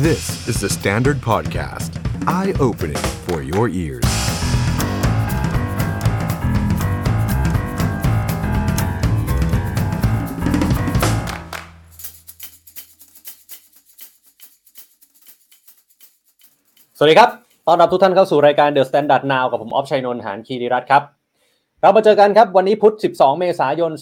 This is the Standard Podcast. Eye-opening for your ears. สวัสดีครับต้อนรับทุกท่านเข้าสู่รายการ The Standard Now กับผมออฟชัยนนท์ หานคีรีรัตน์ครับเรามาเจอกันครับวันนี้พุธ12เมษายน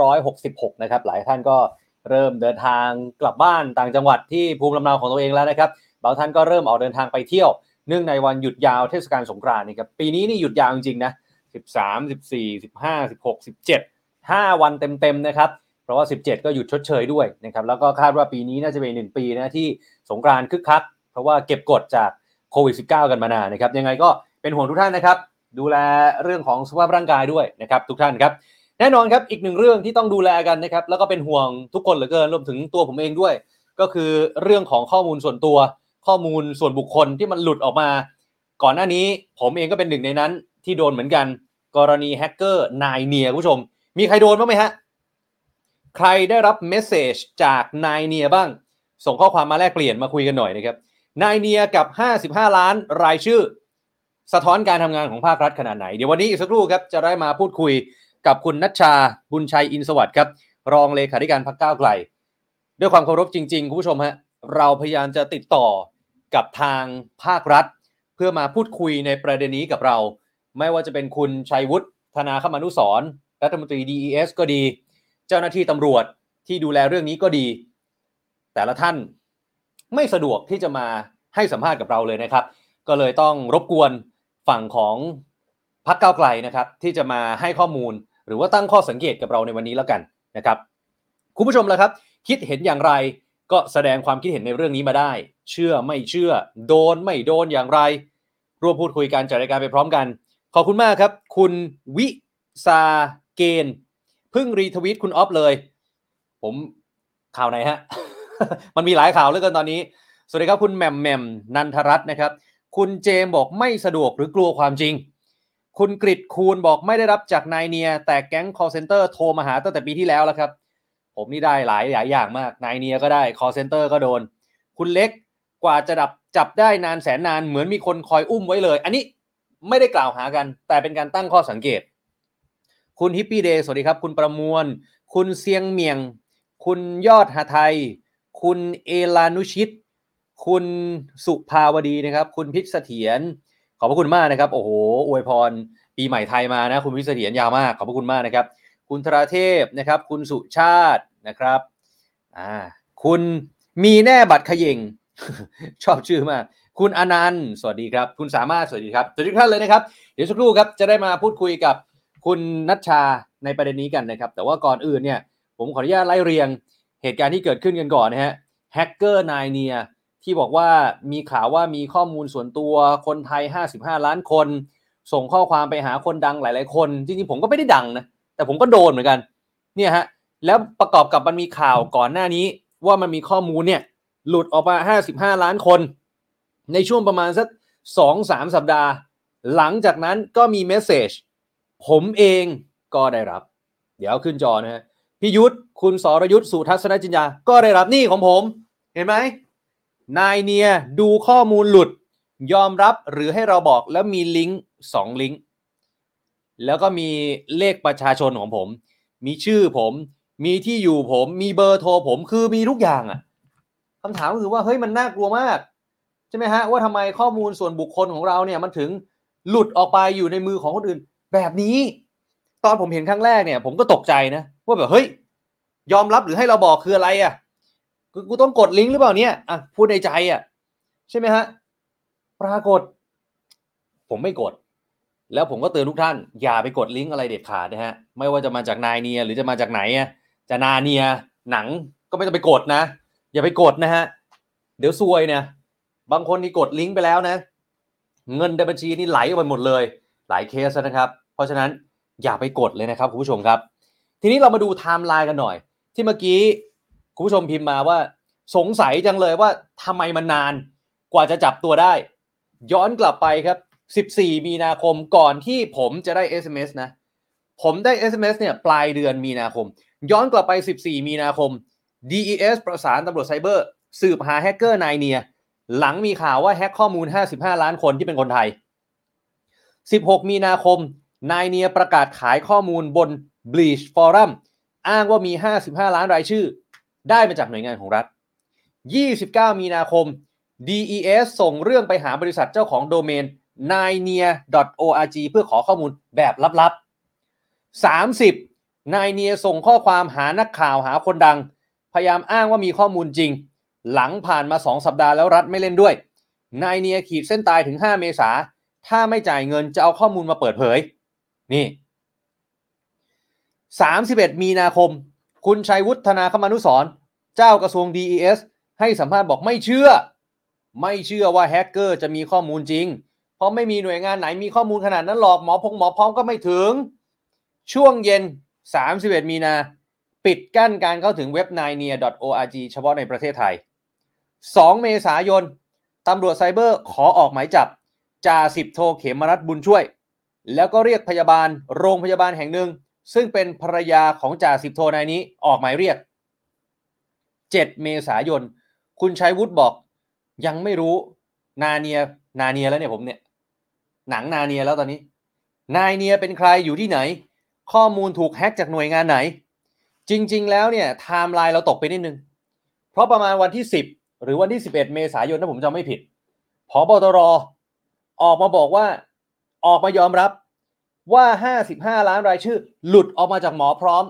2566นะครับหลายท่านก็เริ่มเดินทางกลับบ้านต่างจังหวัดที่ภูมิลำเนาของตัวเองแล้วนะครับบางท่านก็เริ่มออกเดินทางไปเที่ยวเนื่องในวันหยุดยาวเทศกาลสงกรานต์นะครับปีนี้นี่หยุดยาวจริงๆนะ13 14 15 16 17 5วันเต็มๆนะครับเพราะว่า17ก็หยุดชดเชยด้วยนะครับแล้วก็คาดว่าปีนี้น่าจะเป็น1ปีนะที่สงกรานต์คึกคักเพราะว่าเก็บกดจากโควิด -19 กันมานานนะครับยังไงก็เป็นห่วงทุกท่านนะครับดูแลเรื่องของสุขภาพร่างกายด้วยนะครับทุกท่านครับแน่นอนครับอีกหนึ่งเรื่องที่ต้องดูแลกันนะครับแล้วก็เป็นห่วงทุกคนเหลือเกินรวมถึงตัวผมเองด้วยก็คือเรื่องของข้อมูลส่วนตัวข้อมูลส่วนบุคคลที่มันหลุดออกมาก่อนหน้านี้ผมเองก็เป็นหนึ่งในนั้นที่โดนเหมือนกันกรณีแฮกเกอร์นายเนียผู้ชมมีใครโดนบ้างไหมฮะใครได้รับเมสเสจจากนายเนียบ้างส่งข้อความมาแลกเปลี่ยนมาคุยกันหน่อยนะครับนายเนียกับ55ล้านรายชื่อสะท้อนการทำงานของภาครัฐขนาดไหนเดี๋ยววันนี้อีกสักครู่ครับจะได้มาพูดคุยกับคุณณัชชาบุญชัยอินทร์สวัสดิ์ครับรองเลขาธิการพรรคก้าวไกลด้วยความเคารพจริงๆคุณผู้ชมฮะเราพยายามจะติดต่อกับทางภาครัฐเพื่อมาพูดคุยในประเด็นนี้กับเราไม่ว่าจะเป็นคุณชัยวุฒิธนาคมานุสรณ์รัฐมนตรี DES ก็ดีเจ้าหน้าที่ตำรวจที่ดูแลเรื่องนี้ก็ดีแต่ละท่านไม่สะดวกที่จะมาให้สัมภาษณ์กับเราเลยนะครับก็เลยต้องรบกวนฝั่งของพรรคก้าวไกลนะครับที่จะมาให้ข้อมูลหรือว่าตั้งข้อสังเกตกับเราในวันนี้แล้วกันนะครับคุณผู้ชมล่ะครับคิดเห็นอย่างไรก็แสดงความคิดเห็นในเรื่องนี้มาได้เชื่อไม่เชื่อโดนไม่โดนอย่างไรร่วมพูดคุยกันจัดรายการไปพร้อมกันขอบคุณมากครับคุณวิซาเกณฑ์เพิ่งรีทวีตคุณออฟเลยผมข่าวไหนฮะ มันมีหลายข่าวเหลือเกินตอนนี้สวัสดีครับคุณแหม่มนันทรัตน์นะครับคุณเจมบอกไม่สะดวกหรือกลัวความจริงคุณกฤษคูณบอกไม่ได้รับจากนายเนียแต่แก๊ง call center โทรมาหาตั้งแต่ปีที่แล้วแล้วครับผมนี่ได้หลายอย่างมากนายเนียก็ได้ call center ก็โดนคุณเล็กกว่าจะจับได้นานแสนนานเหมือนมีคนคอยอุ้มไว้เลยอันนี้ไม่ได้กล่าวหากันแต่เป็นการตั้งข้อสังเกตคุณฮิปปี้เดย์สวัสดีครับคุณประมวลคุณเซียงเมียงคุณยอดหทัยคุณเอลานุชิตคุณสุภาวดีนะครับคุณพิษเสถียรขอบพระคุณมากนะครับโอ้โหอวยพรปีใหม่ไทยมานะคุณพิษเสถียรยาวมากขอบพระคุณมากนะครับคุณธราเทพนะครับคุณสุชาตินะครับคุณมีแน่บัตรเขย่ง ชอบชื่อมากคุณอนันต์สวัสดีครับคุณสามารถสวัสดีครับสวัสดีทุกท่านเลยนะครับเดี๋ยวสักครู่ครับจะได้มาพูดคุยกับคุณณัชชาในประเด็นนี้กันนะครับแต่ว่าก่อนอื่นเนี่ยผมขออนุญาตไล่เรียงเหตุการณ์ที่เกิดขึ้นกันก่อนนะฮะแฮกเกอร์นายเนียที่บอกว่ามีข่าวว่ามีข้อมูลส่วนตัวคนไทย55ล้านคนส่งข้อความไปหาคนดังหลายๆคนจริงๆผมก็ไม่ได้ดังนะแต่ผมก็โดนเหมือนกันเนี่ยฮะแล้วประกอบกับมันมีข่าวก่อนหน้านี้ว่ามันมีข้อมูลเนี่ยหลุดออกมา55ล้านคนในช่วงประมาณสัก 2-3 สัปดาห์หลังจากนั้นก็มีเมสเสจผมเองก็ได้รับเดี๋ยวขึ้นจอนะฮะพี่ยุทธคุณสรยุทธสุทัศนจินดาก็ได้รับนี่ของผมเห็นไหมนายเนียดูข้อมูลหลุดยอมรับหรือให้เราบอกแล้วมีลิงก์2ลิงก์แล้วก็มีเลขประชาชนของผมมีชื่อผมมีที่อยู่ผมมีเบอร์โทรผมคือมีทุกอย่างอ่ะคำถามก็คือว่าเฮ้ยมันน่ากลัวมากใช่ไหมฮะว่าทำไมข้อมูลส่วนบุคคลของเราเนี่ยมันถึงหลุดออกไปอยู่ในมือของคนอื่นแบบนี้ตอนผมเห็นครั้งแรกเนี่ยผมก็ตกใจนะว่าแบบเฮ้ยยอมรับหรือให้เราบอกคืออะไรอ่ะกูต้องกดลิงก์หรือเปล่าเนี่ยอ่ะพูดในใจอ่ะใช่ไหมฮะปรากฏผมไม่กดแล้วผมก็เตือนทุกท่านอย่าไปกดลิงก์อะไรเด็ดขาดนะฮะไม่ว่าจะมาจากนายเนียหรือจะมาจากไหนอ่ะจะนาเนียหนังก็ไม่ต้องไปกดนะอย่าไปกดนะฮะเดี๋ยวซวยนะบางคนที่กดลิงก์ไปแล้วนะเงินในบัญชีนี่ไหลไปหมดเลยหลายเคสนะครับเพราะฉะนั้นอย่าไปกดเลยนะครับคุณผู้ชมครับทีนี้เรามาดูไทม์ไลน์กันหน่อยที่เมื่อกี้คุณผู้ชมพิมพ์มาว่าสงสัยจังเลยว่าทำไมมันนานกว่าจะจับตัวได้ย้อนกลับไปครับ14มีนาคมก่อนที่ผมจะได้ SMS นะผมได้ SMS เนี่ยปลายเดือนมีนาคมย้อนกลับไป14มีนาคม DES ประสานตำรวจไซเบอร์สืบหาแฮกเกอร์นายเนียหลังมีข่าวว่าแฮ็กข้อมูล55ล้านคนที่เป็นคนไทย16มีนาคมนายเนียประกาศขายข้อมูลบน Bleach Forum อ้างว่ามี55ล้านรายชื่อได้มาจากหน่วยงานของรัฐ29มีนาคม DES ส่งเรื่องไปหาบริษัทเจ้าของโดเมน nainia.org เพื่อขอข้อมูลแบบลับๆ30นายเนียส่งข้อความหานักข่าวหาคนดังพยายามอ้างว่ามีข้อมูลจริงหลังผ่านมา2สัปดาห์แล้วรัฐไม่เล่นด้วยนายเนียขีดเส้นตายถึง5เมษาถ้าไม่จ่ายเงินจะเอาข้อมูลมาเปิดเผยนี่31มีนาคมคุณชัยวุฒิธนาคมานุสรณ์เจ้ากระทรวง DES ให้สัมภาษณ์บอกไม่เชื่อว่าแฮกเกอร์จะมีข้อมูลจริงเพราะไม่มีหน่วยงานไหนมีข้อมูลขนาดนั้นหรอกหมอพร้อมก็ไม่ถึงช่วงเย็น31มีนาปิดกั้นการเข้าถึงเว็บ nainia.org เฉพาะในประเทศไทย2เมษายนตำรวจไซเบอร์ขอออกหมายจับจ่าสิบโทเขมรัตน์บุญช่วยแล้วก็เรียกพยาบาลโรงพยาบาลแห่งหนึ่งซึ่งเป็นภรรยาของจ่าสิบโทนายนี้ออกหมายเรียก7เมษายนคุณชัยวุฒิบอกยังไม่รู้นาเนียแล้วเนี่ยผมเนี่ยหนังนาเนียแล้วตอนนี้นายเนียเป็นใครอยู่ที่ไหนข้อมูลถูกแฮ็กจากหน่วยงานไหนจริงๆแล้วเนี่ยไทม์ไลน์เราตกไปนิดนึงเพราะประมาณวันที่10หรือวันที่11เมษายนถ้าผมจำไม่ผิดผบตรออกมาบอกว่าออกมายอมรับว่า55ล้านรายชื่อหลุดออกมาจากหมอพร้อม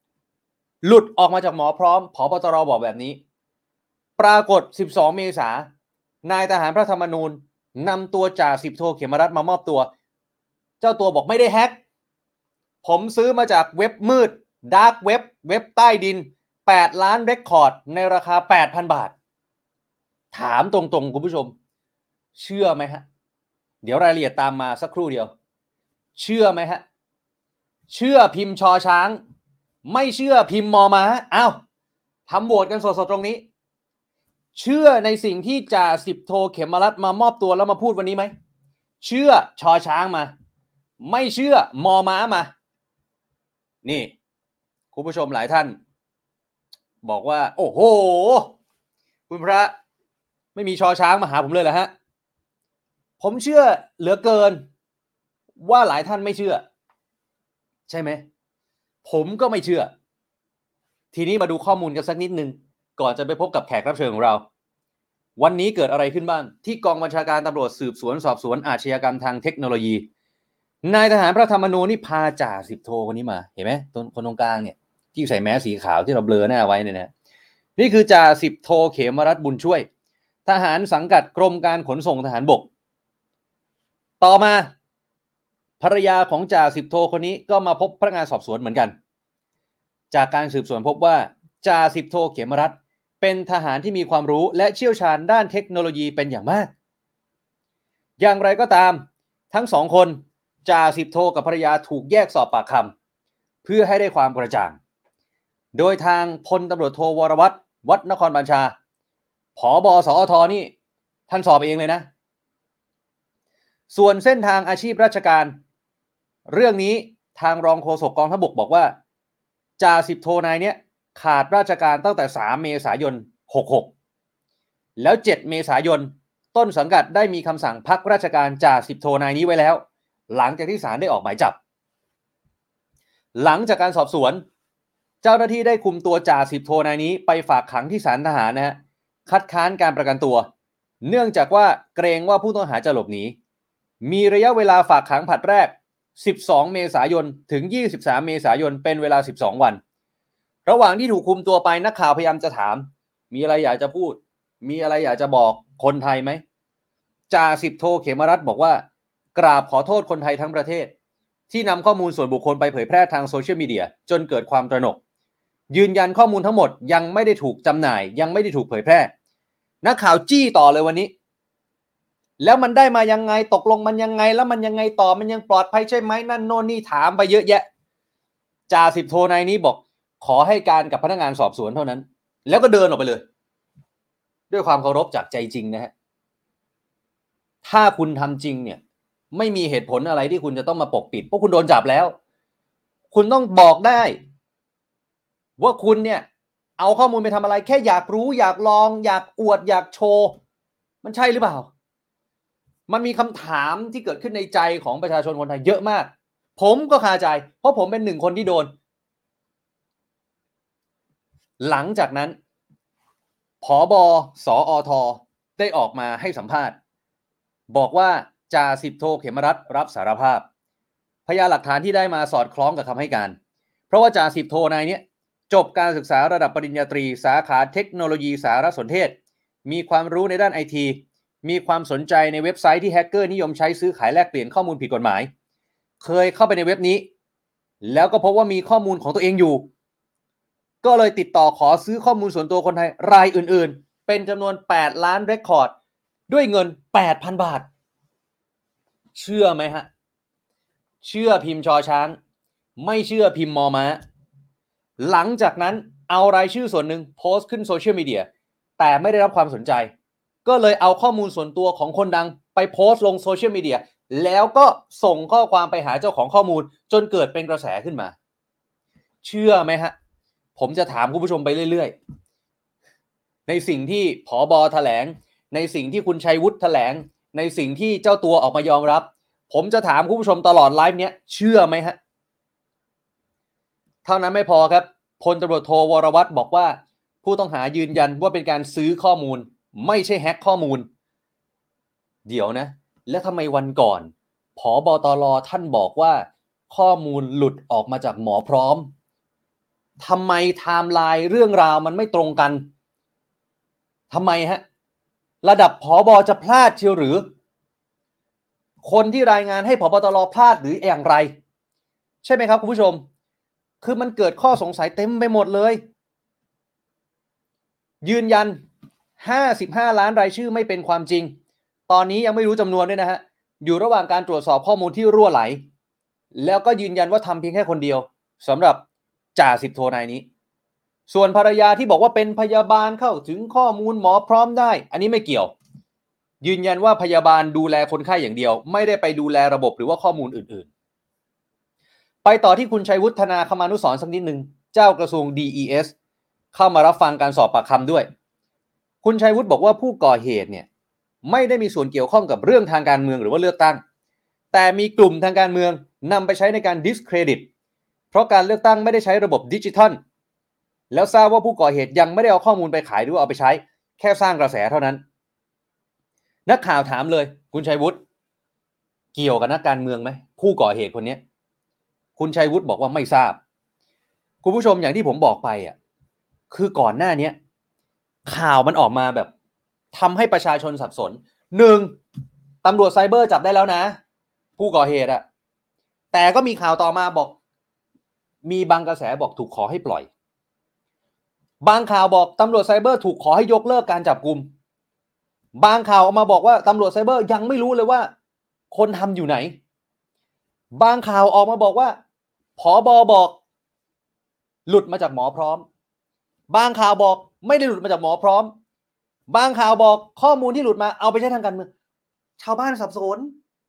ผบตรบอกแบบนี้ปรากฏ12เมษานายทหารพระธรรมนูญนำตัวจ่าสิบโทเขมรัตน์มามอบตัวเจ้าตัวบอกไม่ได้แฮ็กผมซื้อมาจากเว็บมืดดาร์กเว็บใต้ดิน8ล้านเรคคอร์ดในราคา 8,000 บาทถามตรงๆคุณผู้ชมเชื่อไหมฮะเดี๋ยวรายละเอียดตามมาสักครู่เดียวเชื่อไหมฮะเชื่อพิมพ์ชอช้างไม่เชื่อพิมพ์มอม้าอ้าวทำโหวตกันสดๆตรงนี้เชื่อในสิ่งที่จ่าสิบโทเขมรัตน์มามอบตัวแล้วมาพูดวันนี้ไหมเชื่อชอช้างมาไม่เชื่อมอม้ามานี่คุณผู้ชมหลายท่านบอกว่าโอ้โหคุณพระไม่มีชอช้างมาหาผมเลยเหรอฮะผมเชื่อเหลือเกินว่าหลายท่านไม่เชื่อใช่ไหมผมก็ไม่เชื่อทีนี้มาดูข้อมูลกันสักนิดนึงก่อนจะไปพบกับแขกรับเชิญของเราวันนี้เกิดอะไรขึ้นบ้างที่กองบัญชาการตำรวจสืบสวนสอบสวนอาชญากรรมทางเทคโนโลยีนายทหารพระธรรมนูญนี่พาจ่าสิบโทคนนี้มาเห็นไหมคนตรงกลางเนี่ยที่ใส่แมสสีขาวที่เราเบลอหน้าไว้เนี่ยนะนี่คือจ่าสิบโทเขมรัตน์บุญช่วยทหารสังกัดกรมการขนส่งทหารบกต่อมาภรรยาของจ่าสิบโทคนนี้ก็มาพบพนักงานสอบสวนเหมือนกันจากการสืบสวนพบว่าจ่าสิบโทเขมรัตน์เป็นทหารที่มีความรู้และเชี่ยวชาญด้านเทคโนโลยีเป็นอย่างมากอย่างไรก็ตามทั้งสองคนจ่าสิบโทกับภรรยาถูกแยกสอบปากคำเพื่อให้ได้ความกระจ่างโดยทางพลตำรวจโทวรวัฒน์วัฒนครบัญชาผบ.สอท.นี่ท่านสอบเองเลยนะส่วนเส้นทางอาชีพราชการเรื่องนี้ทางรองโฆษกกองทัพบกบอกว่าจ่าสิบโทนายเนี้ยขาดราชการตั้งแต่3เมษายน66แล้ว7เมษายนต้นสังกัดได้มีคำสั่งพักราชการจ่าสิบโทนายนี้ไว้แล้วหลังจากที่ศาลได้ออกหมายจับหลังจากการสอบสวนเจ้าหน้าที่ได้คุมตัวจ่าสิบโทนายนี้ไปฝากขังที่ศาลทหารนะฮะคัดค้านการประกันตัวเนื่องจากว่าเกรงว่าผู้ต้องหาจะหลบหนีมีระยะเวลาฝากขังผลัดแรก12เมษายนถึง23เมษายนเป็นเวลา12วันระหว่างที่ถูกคุมตัวไปนักข่าวพยายามจะถามมีอะไรอยากจะพูดมีอะไรอยากจะบอกคนไทยไหมจ่าสิบโทเขมรัตน์บอกว่ากราบขอโทษคนไทยทั้งประเทศที่นำข้อมูลส่วนบุคคลไปเผยแพร่ทางโซเชียลมีเดียจนเกิดความตระหนกยืนยันข้อมูลทั้งหมดยังไม่ได้ถูกจำหน่ายยังไม่ได้ถูกเผยแพร่นักข่าวจี้ต่อเลยวันนี้แล้วมันได้มายังไงตกลงมันยังไงแล้วมันยังไงต่อมันยังปลอดภัยใช่ไหมนั่นโน่นนี่ถามไปเยอะแยะจ่าสิบโทนายนี้บอกขอให้การกับพนักงานสอบสวนเท่านั้นแล้วก็เดินออกไปเลยด้วยความเคารพจากใจจริงนะฮะถ้าคุณทำจริงเนี่ยไม่มีเหตุผลอะไรที่คุณจะต้องมาปกปิดเพราะคุณโดนจับแล้วคุณต้องบอกได้ว่าคุณเนี่ยเอาข้อมูลไปทำอะไรแค่อยากรู้อยากลองอยากอวดอยากโชว์มันใช่หรือเปล่ามันมีคำถามที่เกิดขึ้นในใจของประชาชนคนไทยเยอะมากผมก็คาใจเพราะผมเป็นหนึ่งคนที่โดนหลังจากนั้นผบ.สอท.ได้ออกมาให้สัมภาษณ์บอกว่าจ่าสิบโทเขมรัตน์รับสารภาพพยานหลักฐานที่ได้มาสอดคล้องกับคำให้การเพราะว่าจ่าสิบโทนายนี้จบการศึกษาระดับปริญญาตรีสาขาเทคโนโลยีสารสนเทศมีความรู้ในด้านไอทีมีความสนใจในเว็บไซต์ที่แฮกเกอร์นิยมใช้ซื้อขายแลกเปลี่ยนข้อมูลผิดกฎหมายเคยเข้าไปในเว็บนี้แล้วก็พบว่ามีข้อมูลของตัวเองอยู่ก็เลยติดต่อขอซื้อข้อมูลส่วนตัวคนไทยรายอื่นๆเป็นจำนวน8ล้านเรคคอร์ดด้วยเงิน 8,000 บาทเชื่อไหมฮะเชื่อพิมพ์ชอช้างไม่เชื่อพิมพ์มอม้าหลังจากนั้นเอารายชื่อส่วนหนึ่งโพสต์ขึ้นโซเชียลมีเดียแต่ไม่ได้รับความสนใจก็เลยเอาข้อมูลส่วนตัวของคนดังไปโพสต์ลงโซเชียลมีเดียแล้วก็ส่งข้อความไปหาเจ้าของข้อมูลจนเกิดเป็นกระแสขึ้นมาเชื่อไหมฮะผมจะถามคุณผู้ชมไปเรื่อยๆในสิ่งที่ผบ.แถลงในสิ่งที่คุณชัยวุฒิแถลงในสิ่งที่เจ้าตัวออกมายอมรับผมจะถามคุณผู้ชมตลอดไลฟ์เนี้ยเชื่อไหมฮะเท่านั้นไม่พอครับพลตำรวจโทวรวัฒน์บอกว่าผู้ต้องหายืนยันว่าเป็นการซื้อข้อมูลไม่ใช่แฮ็กข้อมูลเดี๋ยวนะแล้วทำไมวันก่อนผบ.ตร.ท่านบอกว่าข้อมูลหลุดออกมาจากหมอพร้อมทำไมไทม์ไลน์เรื่องราวมันไม่ตรงกันทำไมฮะระดับผบ.จะพลาดเชียวหรือคนที่รายงานให้ผบ.ตร.พลาดหรืออย่างไรใช่ไหมครับคุณผู้ชมคือมันเกิดข้อสงสัยเต็มไปหมดเลยยืนยัน55ล้านรายชื่อไม่เป็นความจริงตอนนี้ยังไม่รู้จำนวนด้วยนะฮะอยู่ระหว่างการตรวจสอบข้อมูลที่รั่วไหลแล้วก็ยืนยันว่าทำเพียงแค่คนเดียวสำหรับจ่าสิบโทนายนี้ส่วนภรรยาที่บอกว่าเป็นพยาบาลเข้าถึงข้อมูลหมอพร้อมได้อันนี้ไม่เกี่ยวยืนยันว่าพยาบาลดูแลคนไข้อย่างเดียวไม่ได้ไปดูแลระบบหรือว่าข้อมูลอื่นๆไปต่อที่คุณชัยวุฒนาคมานุสรณ์สักนิดนึงเจ้ากระทรวง DES เข้ามารับฟังการสอบปากคำด้วยคุณชัยวุฒิบอกว่าผู้ก่อเหตุเนี่ยไม่ได้มีส่วนเกี่ยวข้องกับเรื่องทางการเมืองหรือว่าเลือกตั้งแต่มีกลุ่มทางการเมืองนำไปใช้ในการ discredit เพราะการเลือกตั้งไม่ได้ใช้ระบบดิจิทัลแล้วทราบว่าผู้ก่อเหตุยังไม่ได้เอาข้อมูลไปขายหรือเอาไปใช้แค่สร้างกระแสเท่านั้นนักข่าวถามเลยคุณชัยวุฒิเกี่ยวกับนักการเมืองไหมผู้ก่อเหตุคนนี้คุณชัยวุฒิบอกว่าไม่ทราบคุณผู้ชมอย่างที่ผมบอกไปอ่ะคือก่อนหน้านี้ข่าวมันออกมาแบบทำให้ประชาชนสับสน1ตำรวจไซเบอร์จับได้แล้วนะผู้ก่อเหตุอ่ะแต่ก็มีข่าวต่อมาบอกมีบางกระแสบอกถูกขอให้ปล่อยบางข่าวบอกตำรวจไซเบอร์ถูกขอให้ยกเลิกการจับกุมบางข่าวออกมาบอกว่าตำรวจไซเบอร์ยังไม่รู้เลยว่าคนทำอยู่ไหนบางข่าวออกมาบอกว่าผบ.บอกหลุดมาจากหมอพร้อมบางข่าวบอกไม่ได้หลุดมาจากหมอพร้อมบางข่าวบอกข้อมูลที่หลุดมาเอาไปใช้ทางการเมืองชาวบ้านสับสน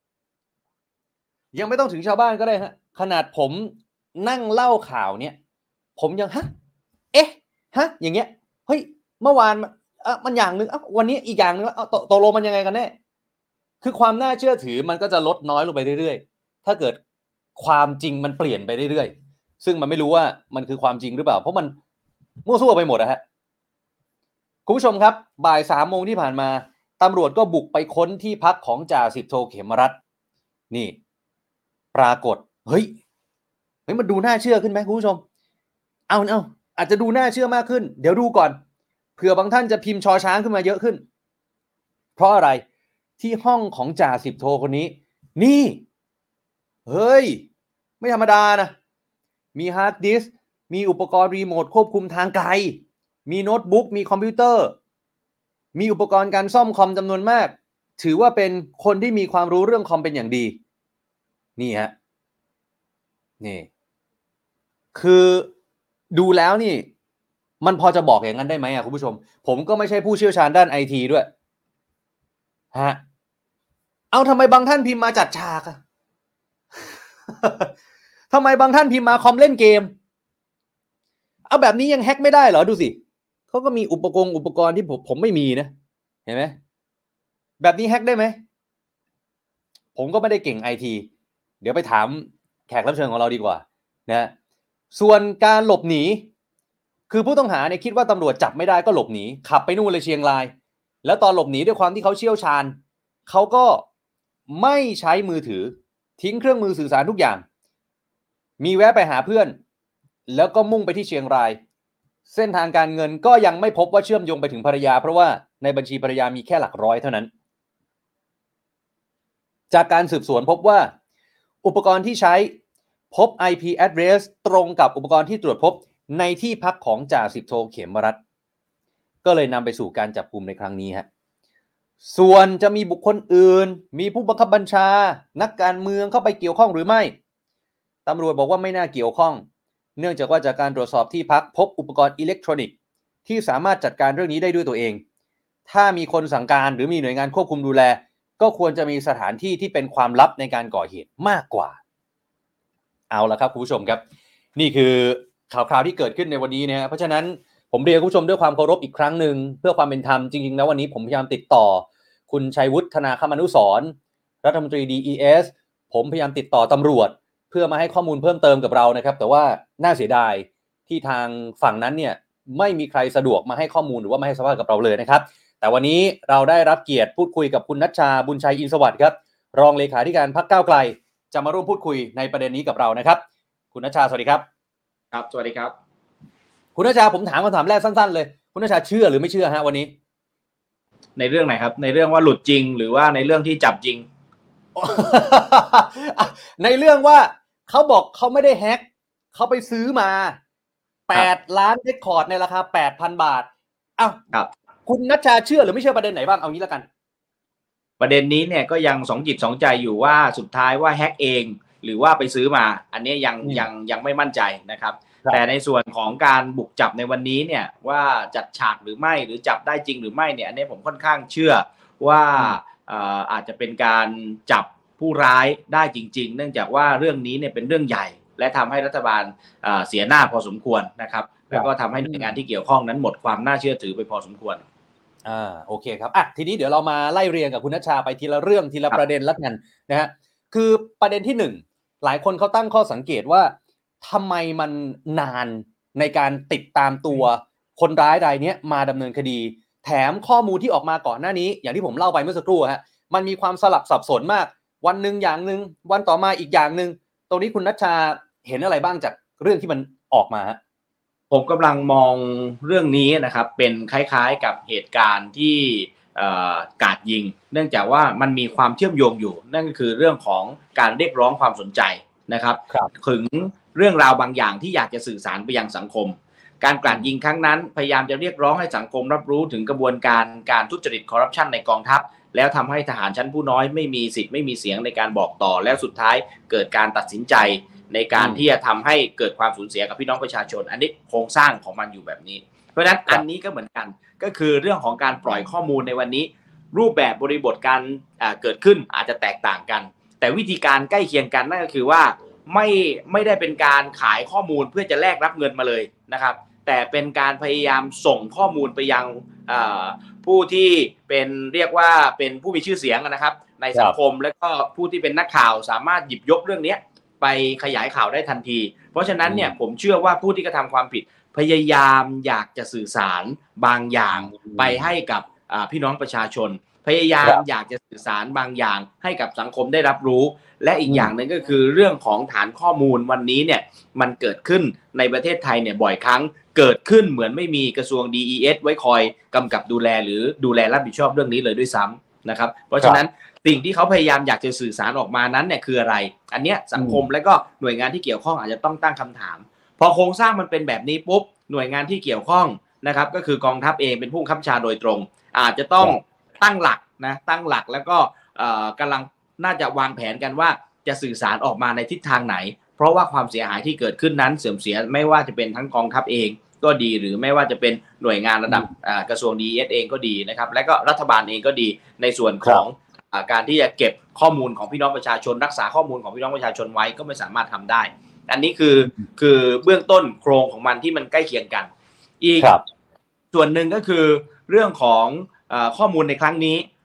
ยังไม่ต้องถึงชาวบ้านก็ได้ฮะขนาดผมนั่งเล่าข่าวเนี่ยผมยังอย่างเงี้ยเฮ้ยเมื่อวานมันอย่างนึงวันนี้อีกอย่างนึงแล้วตกลงมันยังไงกันแน่คือความน่าเชื่อถือมันก็จะลดน้อยลงไปเรื่อยๆถ้าเกิดความจริงมันเปลี่ยนไปเรื่อยๆซึ่งมันไม่รู้ว่ามันคือความจริงหรือเปล่าเพราะมันมั่วซั่วไปหมดฮะคุณผู้ชมครับบ่าย 3 โมงที่ผ่านมาตำรวจก็บุกไปค้นที่พักของจ่าสิบโทเขมรัตน์นี่ปรากฏเฮ้ยมันดูน่าเชื่อขึ้นไหมคุณผู้ชมเอาอาจจะดูน่าเชื่อมากขึ้นเดี๋ยวดูก่อนเผื่อบางท่านจะพิมพ์ชอช้างขึ้นมาเยอะขึ้นเพราะอะไรที่ห้องของจ่าสิบโทคนนี้นี่เฮ้ยไม่ธรรมดานะมีฮาร์ดดิสก์มีอุปกรณ์รีโมทควบคุมทางไกลมีโน้ตบุ๊กมีคอมพิวเตอร์มีอุปกรณ์การซ่อมคอมจำนวนมากถือว่าเป็นคนที่มีความรู้เรื่องคอมเป็นอย่างดีนี่ฮะนี่คือดูแล้วนี่มันพอจะบอกอย่างนั้นได้ไหมคุณผู้ชมผมก็ไม่ใช่ผู้เชี่ยวชาญด้านไอทีด้วยฮะเอาทำไมบางท่านพิมพ์มาจัดฉากอะ ทำไมบางท่านพิมพ์มาคอมเล่นเกมเอาแบบนี้ยังแฮ็กไม่ได้เหรอดูสิเขาก็มีอุปกรณ์ที่ผมไม่มีนะเห็นไหมแบบนี้แฮ็กได้ไหมผมก็ไม่ได้เก่ง IT เดี๋ยวไปถามแขกรับเชิญของเราดีกว่านะส่วนการหลบหนีคือผู้ต้องหาเนี่ยคิดว่าตำรวจจับไม่ได้ก็หลบหนีขับไปนู่นเลยเชียงรายแล้วตอนหลบหนีด้วยความที่เขาเชี่ยวชาญเขาก็ไม่ใช้มือถือทิ้งเครื่องมือสื่อสารทุกอย่างมีแวะไปหาเพื่อนแล้วก็มุ่งไปที่เชียงรายเส้นทางการเงินก็ยังไม่พบว่าเชื่อมโยงไปถึงภรรยาเพราะว่าในบัญชีภรรยามีแค่หลักร้อยเท่านั้นจากการสืบสวนพบว่าอุปกรณ์ที่ใช้พบ IP address ตรงกับอุปกรณ์ที่ตรวจพบในที่พักของจ่าสิบโทเขมรัตน์ก็เลยนำไปสู่การจับกุมในครั้งนี้ฮะส่วนจะมีบุคคลอื่นมีผู้บังคับบัญชานักการเมืองเข้าไปเกี่ยวข้องหรือไม่ตำรวจบอกว่าไม่น่าเกี่ยวข้องเนื่องจากว่าจากการตรวจสอบที่พักพบอุปกรณ์อิเล็กทรอนิกส์ที่สามารถจัดการเรื่องนี้ได้ด้วยตัวเองถ้ามีคนสั่งการหรือมีหน่วยงานควบคุมดูแลก็ควรจะมีสถานที่ที่เป็นความลับในการก่อเหตุมากกว่าเอาละครับคุณผู้ชมครับนี่คือข่าวที่เกิดขึ้นในวันนี้นะเพราะฉะนั้นผมเรียนคุณผู้ชมด้วยความเคารพอีกครั้งหนึ่งเพื่อความเป็นธรรมจริงๆแล้ววันนี้ผมพยายามติดต่อคุณชัยวุฒิธนาคมนุสรณ์รัฐมนตรี DES ผมพยายามติดต่อตำรวจเพื่อมาให้ข้อมูลเพิ่มเติมกับเรานะครับแต่ว่าน่าเสียดายที่ทางฝั่งนั้นเนี่ยไม่มีใครสะดวกมาให้ข้อมูลหรือว่ามาให้สัมภาษณ์กับเราเลยนะครับแต่วันนี้เราได้รับเกียรติพูดคุยกับคุณณัชชาบุญชัยอินทร์สวัสดิ์ครับรองเลขาธิการพรรคก้าวไกลจะมาร่วมพูดคุยในประเด็นนี้กับเรานะครับคุณณัชชาสวัสดีครับครับสวัสดีครับคุณณัชชาผมถามคำถามแรกสั้นๆเลยคุณณัชชาเชื่อหรือไม่เชื่อฮะวันนี้ในเรื่องไหนครับในเรื่องว่าหลุดจริงหรือว่าในเรื่องที่จับจริงในเรื่องว่าเขาบอกเขาไม่ได้แฮ็กเขาไปซื้อมา8 ล้านเรคคอร์ดในราคา 8,000 บาทอ้าวคุณณัชชาเชื่อหรือไม่เชื่อประเด็นไหนบ้างเอางี้แล้วกันประเด็นนี้เนี่ยก็ยังสองจิตสองใจอยู่ว่าสุดท้ายว่าแฮ็กเองหรือว่าไปซื้อมาอันนี้ยังไม่มั่นใจนะครับแต่ในส่วนของการบุกจับในวันนี้เนี่ยว่าจัดฉากหรือไม่หรือจับได้จริงหรือไม่เนี่ยอันนี้ผมค่อนข้างเชื่อว่าอาจจะเป็นการจับผู้ร้ายได้จริงๆเนื่องจากว่าเรื่องนี้เนี่ยเป็นเรื่องใหญ่และทำให้รัฐบาลเสียหน้าพอสมควรนะครับแล้วก็ทำให้หน่วยงานที่เกี่ยวข้องนั้นหมดความน่าเชื่อถือไปพอสมควรโอเคครับทีนี้เดี๋ยวเรามาไล่เรียงกับคุณณัชชาไปทีละเรื่องทีละประเด็นละกันนะฮะคือประเด็นที่1หลายคนเขาตั้งข้อสังเกตว่าทำไมมันนานในการติดตามตัวคนร้ายรายนี้มาดำเนินคดีแถมข้อมูลที่ออกมาก่อนหน้านี้อย่างที่ผมเล่าไปเมื่อสักครู่ฮะมันมีความสลับสับสนมากวันนึงอย่างนึงวันต่อมาอีกอย่างนึงตรงนี้คุณณัชชาเห็นอะไรบ้างจากเรื่องที่มันออกมาฮะผมกำลังมองเรื่องนี้นะครับเป็นคล้ายๆกับเหตุการณ์ที่กราดยิงเนื่องจากว่ามันมีความเชื่อมโยงอยู่นั่นก็คือเรื่องของการเรียกร้องความสนใจนะครับถึงเรื่องราวบางอย่างที่อยากจะสื่อสารไปยังสังคมการกราดยิงครั้งนั้นพยายามจะเรียกร้องให้สังคมรับรู้ถึงกระบวนการทุจริตคอร์รัปชันในกองทัพแล้วทำให้ทหารชั้นผู้น้อยไม่มีสิทธิ์ไม่มีเสียงในการบอกต่อแล้วสุดท้ายเกิดการตัดสินใจในการที่จะทำให้เกิดความสูญเสียกับพี่น้องประชาชนอันนี้โครงสร้างของมันอยู่แบบนี้เพราะฉะนั้นอันนี้ก็เหมือนกันก็คือเรื่องของการปล่อยข้อมูลในวันนี้รูปแบบบริบทการเกิดขึ้นอาจจะแตกต่างกันแต่วิธีการใกล้เคียงกันนั่นก็คือว่าไม่ได้เป็นการขายข้อมูลเพื่อจะแลกรับเงินมาเลยนะครับแต่เป็นการพยายามส่งข้อมูลไปยังผู้ที่เป็นเรียกว่าเป็นผู้มีชื่อเสียงนะครับในสังคมและก็ผู้ที่เป็นนักข่าวสามารถหยิบยกเรื่องนี้ไปขยายข่าวได้ทันทีเพราะฉะนั้นเนี่ยผมเชื่อว่าผู้ที่กระทำความผิดพยายามอยากจะสื่อสารบางอย่างไปให้กับพี่น้องประชาชนพยายามอยากจะสื่อสารบางอย่างให้กับสังคมได้รับรู้และอีกอย่างหนึ่งก็คือเรื่องของฐานข้อมูลวันนี้เนี่ยมันเกิดขึ้นในประเทศไทยเนี่ยบ่อยครั้งเกิดขึ้นเหมือนไม่มีกระทรวง DES ไว้คอยกำกับดูแลหรือดูแลรับผิดชอบเรื่องนี้เลยด้วยซ้ำนะครับเพราะฉะนั้นสิ่งที่เขาพยายามอยากจะสื่อสารออกมานั้นเนี่ยคืออะไรอันเนี้ยสังคมและก็หน่วยงานที่เกี่ยวข้องอาจจะต้องตั้งคำถามพอโครงสร้างมันเป็นแบบนี้ปุ๊บหน่วยงานที่เกี่ยวข้องนะครับก็คือกองทัพเองเป็นผู้บังคับบัญชาโดยตรงอาจจะต้องตั้งหลักแล้วก็กำลังน่าจะวางแผนกันว่าจะสื่อสารออกมาในทิศทางไหนเพราะว่าความเสียหายที่เกิดขึ้นนั้นเสื่อมเสียไม่ว่าจะเป็นทั้งกองทัพเองก็ดีหรือไม่ว่าจะเป็นหน่วยงานระดับกระทรวง DES เองก็ดีนะครับและก็รัฐบาลเองก็ดีในส่วนของการที่จะเก็บข้อมูลของพี่น้องประชาชนรักษาข้อมูลของพี่น้องประชาชนไว้ก็ไม่สามารถทำได้อันนี้คือเบื้องต้นโครงของมันที่มันใกล้เคียงกันอีกส่วนหนึ่งก็คือเรื่องของข้อมูลในครั้งนี้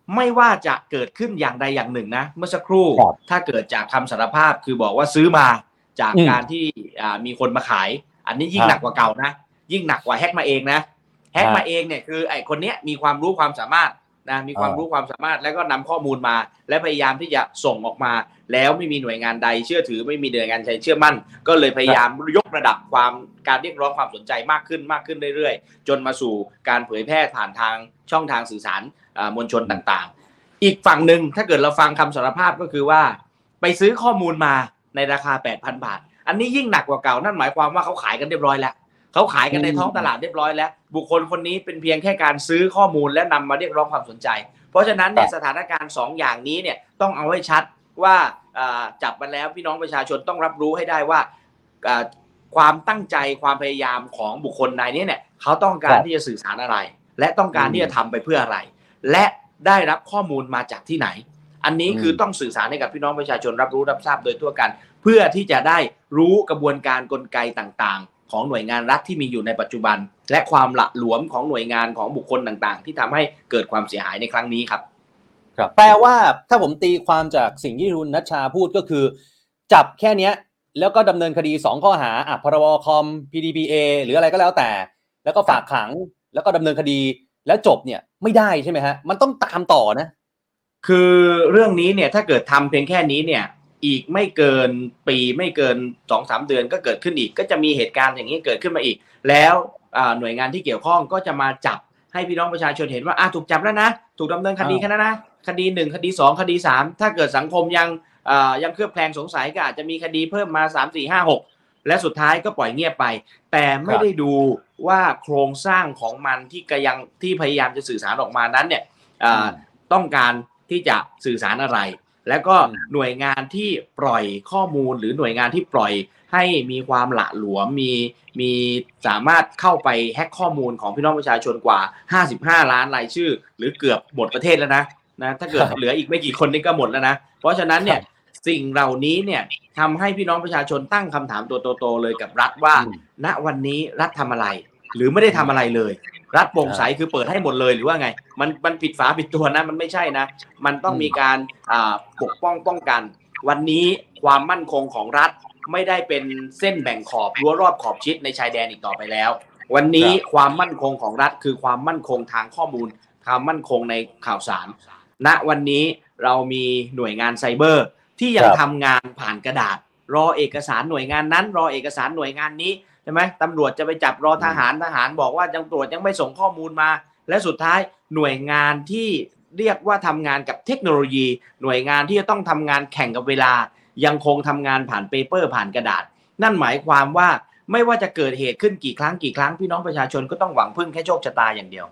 ไม่ว่าจะเกิดขึ้นอย่างใดอย่างหนึ่งนะเมื่อสักครู่ถ้าเกิดจากคำสารภาพคือบอกว่าซื้อมาจากการที่มีคนมาขายอันนี้ยิ่งหนักกว่าเก่านะยิ่งหนักกว่าแฮกมาเองนะแฮกมาเองเนี่ยคือไอ้คนเนี้ยมีความรู้ความสามารถนะมีความรู้ความสามารถแล้วก็นำข้อมูลมาและพยายามที่จะส่งออกมาแล้วไม่มีหน่วยงานใดเชื่อถือไม่มีหน่วยงานใดเชื่อมั่นก็เลยพยายามยกระดับการเรียกร้องความสนใจมากขึ้นเรื่อยๆจนมาสู่การเผยแพร่ผ่านทางช่องทางสื่อสารมวลชนต่างๆอีกฝั่งหนึ่งถ้าเกิดเราฟังคำสารภาพก็คือว่าไปซื้อข้อมูลมาในราคา 8,000 บาทอันนี้ยิ่งหนักกว่าเก่านั่นหมายความว่าเขาขายกันเรียบร้อยแล้วเขาขายกันในท้องตลาดเรียบร้อยแล้วบุคคลคนนี้เป็นเพียงแค่การซื้อข้อมูลและนำมาเรียกร้องความสนใจเพราะฉะนั้นเนี่ยสถานการณ์2อย่างนี้เนี่ยต้องเอาให้ชัดว่าจับมาแล้วพี่น้องประชาชนต้องรับรู้ให้ได้ว่าความตั้งใจความพยายามของบุคคลนายนี้เนี่ยเขาต้องการที่จะสื่อสารอะไรและต้องการที่จะทำไปเพื่ออะไรและได้รับข้อมูลมาจากที่ไหนอันนี้คือต้องสื่อสารให้กับพี่น้องประชาชนรับรู้รับทราบโดยทั่วกันเพื่อที่จะได้รู้กระบวนการกลไกต่างๆของหน่วยงานรัฐที่มีอยู่ในปัจจุบันและความหละหลวมของหน่วยงานของบุคคลต่างๆที่ทำให้เกิดความเสียหายในครั้งนี้ครับแปลว่าถ้าผมตีความจากสิ่งที่คุณณัชชาพูดก็คือจับแค่เนี้ยแล้วก็ดำเนินคดี2ข้อหาพรบคอม PDPA หรืออะไรก็แล้วแต่แล้วก็ฝากขังแล้วก็ดำเนินคดีแล้วจบเนี่ยไม่ได้ใช่ไหมฮะมันต้องตามต่อนะคือเรื่องนี้เนี่ยถ้าเกิดทำเพียงแค่นี้เนี่ยอีกไม่เกินปีไม่เกิน 2-3 เดือนก็เกิดขึ้นอีกก็จะมีเหตุการณ์อย่างนี้เกิดขึ้นมาอีกแล้วหน่วยงานที่เกี่ยวข้องก็จะมาจับให้พี่น้องประชาชนเห็นว่าถูกจับแล้วนะถูกดำเนินคดีแค่นั้นนะคดี1คดี2คดี3ถ้าเกิดสังคมยังเคลือบแคลงสงสัยก็อาจจะมีคดีเพิ่มมา3 4 5 6และสุดท้ายก็ปล่อยเงียบไปแต่ไม่ได้ดูว่าโครงสร้างของมันที่พยายามจะสื่อสารออกมานั้นเนี่ยต้องการที่จะสื่อสารอะไรแล้วก็หน่วยงานที่ปล่อยข้อมูลหรือหน่วยงานที่ปล่อยให้มีความหละหลวมมีสามารถเข้าไปแฮ็กข้อมูลของพี่น้องประชาชนกว่า55ล้านรายชื่อหรือเกือบหมดประเทศแล้วนะถ้าเกิดเหลืออีกไม่กี่คนนี่ก็หมดแล้วนะเพราะฉะนั้นเนี่ยสิ่งเหล่านี้เนี่ยทำให้พี่น้องประชาชนตั้งคำถามตัวโตๆเลยกับรัฐว่าณวันนี้รัฐทำอะไรหรือไม่ได้ทำอะไรเลยรัฐโปร่งใสคือเปิดให้หมดเลยหรือว่าไงมันผิดฝาผิดตัวนะมันไม่ใช่นะมันต้องมีการปกป้องกันวันนี้ความมั่นคงของรัฐไม่ได้เป็นเส้นแบ่งขอบรั้วรอบขอบชิดในชายแดนอีกต่อไปแล้ววันนี้ความมั่นคงของรัฐคือความมั่นคงทางข้อมูลความมั่นคงในข่าวสารณวันนี้เรามีหน่วยงานไซเบอร์ที่ยังทำงานผ่านกระดาษรอเอกสารหน่วยงานนั้นรอเอกสารหน่วยงานนี้ใช่ไหมตำรวจจะไปจับรอทหารบอกว่าตำรวจยังไม่ส่งข้อมูลมาและสุดท้ายหน่วยงานที่เรียกว่าทำงานกับเทคโนโลยีหน่วยงานที่จะต้องทำงานแข่งกับเวลายังคงทำงานผ่านเปเปอร์ผ่านกระดาษนั่นหมายความว่าไม่ว่าจะเกิดเหตุขึ้นกี่ครั้งพี่น้องประชาชนก็ต้องหวังพึ่งแค่โชคชะตาอย่างเดียว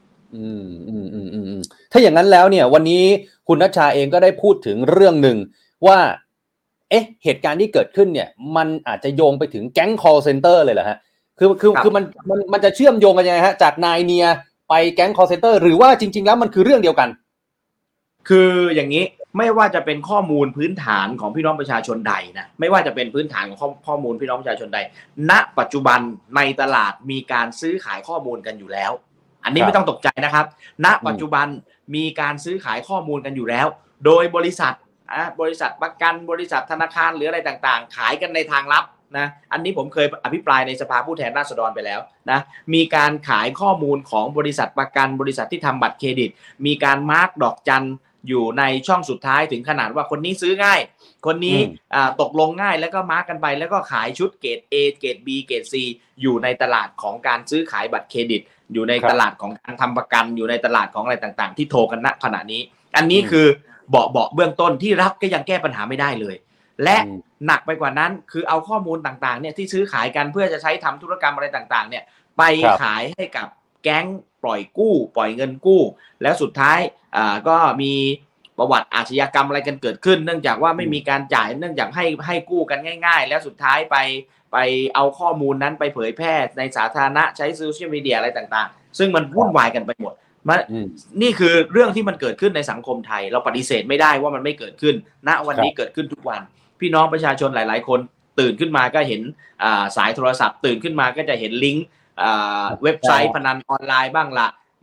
ถ้าอย่างนั้นแล้วเนี่ยวันนี้คุณณัชชาเองก็ได้พูดถึงเรื่องหนึ่งว่าเหตุการณ์ที่เกิดขึ้นเนี่ยมันอาจจะโยงไปถึงแก๊ง call center เลยเหรอฮะคือมันจะเชื่อมโยงกันยังไงฮะจากนายเนียไปแก๊ง call center หรือว่าจริงๆแล้วมันคือเรื่องเดียวกันคืออย่างนี้ไม่ว่าจะเป็นข้อมูลพื้นฐานของพี่น้องประชาชนใดนะไม่ว่าจะเป็นพื้นฐานของข้อมูลพี่น้องประชาชนใดณปัจจุบันในตลาดมีการซื้อขายข้อมูลกันอยู่แล้วอันนี้ไม่ต้องตกใจนะครับณปัจจุบันมีการซื้อขายข้อมูลกันอยู่แล้วโดยบริษัทประกันบริษัทธนาคารหรืออะไรต่างๆขายกันในทางลับนะอันนี้ผมเคยอภิปรายในสภาผู้แทนราษฎรไปแล้วนะมีการขายข้อมูลของบริษัทประกันบริษัทที่ทำบัตรเครดิตมีการมาร์กดอกจันอยู่ในช่องสุดท้ายถึงขนาดว่าคนนี้ซื้อง่ายคนนี้ตกลงง่ายแล้วก็มาร์กกันไปแล้วก็ขายชุดเกรด A เกรด B เกรด C อยู่ในตลาดของการซื้อขายบัตรเครดิตอยู่ในตลาดของการทำประกันอยู่ในตลาดของอะไรต่างๆที่โทรกันณขณะนี้อันนี้คือเบาะเบื้องต้นที่รัฐก็ยังแก้ปัญหาไม่ได้เลยและหนักไปกว่านั้นคือเอาข้อมูลต่างๆเนี่ยที่ซื้อขายกันเพื่อจะใช้ทำธุรกรรมอะไรต่างๆเนี่ยไปขายให้กับแก๊งปล่อยเงินกู้แล้วสุดท้ายก็มีประวัติอาชญากรรมอะไรกันเกิดขึ้นเนื่องจากว่าไม่มีการจ่ายเนื่องจากให้กู้กันง่ายๆแล้วสุดท้ายไปเอาข้อมูลนั้นไปเผยแพร่ในสาธารณะใช้โซเชียลมีเดียอะไรต่างๆซึ่งมันวุ่นวายกันไปหมดนี่คือเรื่องที่มันเกิดขึ้นในสังคมไทยเราปฏิเสธไม่ได้ว่ามันไม่เกิดขึ้นณวันนี้เกิดขึ้นทุกวันพี่น้องประชาชนหลายๆคนตื่นขึ้นมาก็เห็นสายโทรศัพท์ตื่นขึ้นมาก็จะเห็นลิงก์เว็บไซต์พนันออนไลน์บ้างละเว็บ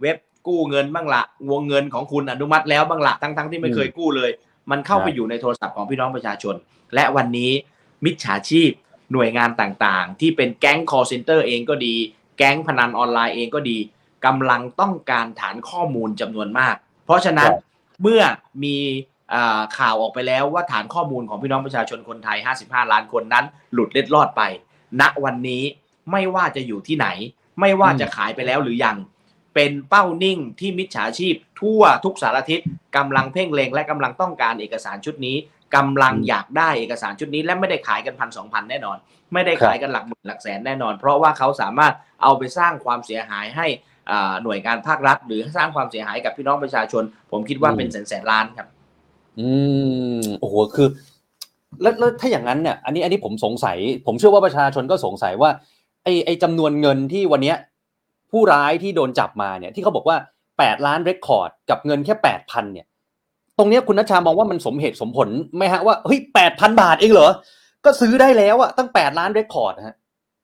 กู้เงินบ้างละวงเงินของคุณอนุมัติแล้วบ้างละทั้งที่ไม่เคยกู้เลยมันเข้าไปอยู่ในโทรศัพท์ของพี่น้องประชาชนและวันนี้มิจฉาชีพหน่วยงานต่างๆที่เป็นแก๊ง call center เองก็ดีแก๊งพนันออนไลน์เองก็ดีกำลังต้องการฐานข้อมูลจำนวนมากเพราะฉะนั้นเมื่อมีข่าวออกไปแล้วว่าฐานข้อมูลของพี่น้องประชาชนคนไทย55ล้านคนนั้นหลุดเล็ดลอดไปณวันนี้ไม่ว่าจะอยู่ที่ไหนไม่ว่าจะขายไปแล้วหรือยังเป็นเป้านิ่งที่มิจฉาชีพทั่วทุกสารทิศกำลังเพ่งเล็งและกำลังต้องการเอกสารชุดนี้กำลังอยากได้เอกสารชุดนี้และไม่ได้ขายกัน1,000-2,000แน่นอนไม่ได้ขายกันหลักหมื่นหลักแสนแน่นอนเพราะว่าเขาสามารถเอาไปสร้างความเสียหายให้หน่วยงานภาครัฐหรือสร้างความเสียหายกับพี่น้องประชาชนผมคิดว่าเป็นแสนล้านครับโอ้โหคือแล้วถ้าอย่างนั้นเนี่ยอันนี้ผมสงสัยผมเชื่อว่าประชาชนก็สงสัยว่าไอ้จำนวนเงินที่วันนี้ผู้ร้ายที่โดนจับมาเนี่ยที่เขาบอกว่า8ล้านเรคคอร์ดกับเงินแค่ 8,000 เนี่ยตรงเนี้ยคุณณัชชามองว่ามันสมเหตุสมผลไหมฮะว่าเฮ้ย 8,000 บาทเองเหรอก็ซื้อได้แล้วอะตั้ง8ล้านเรคคอร์ดฮะ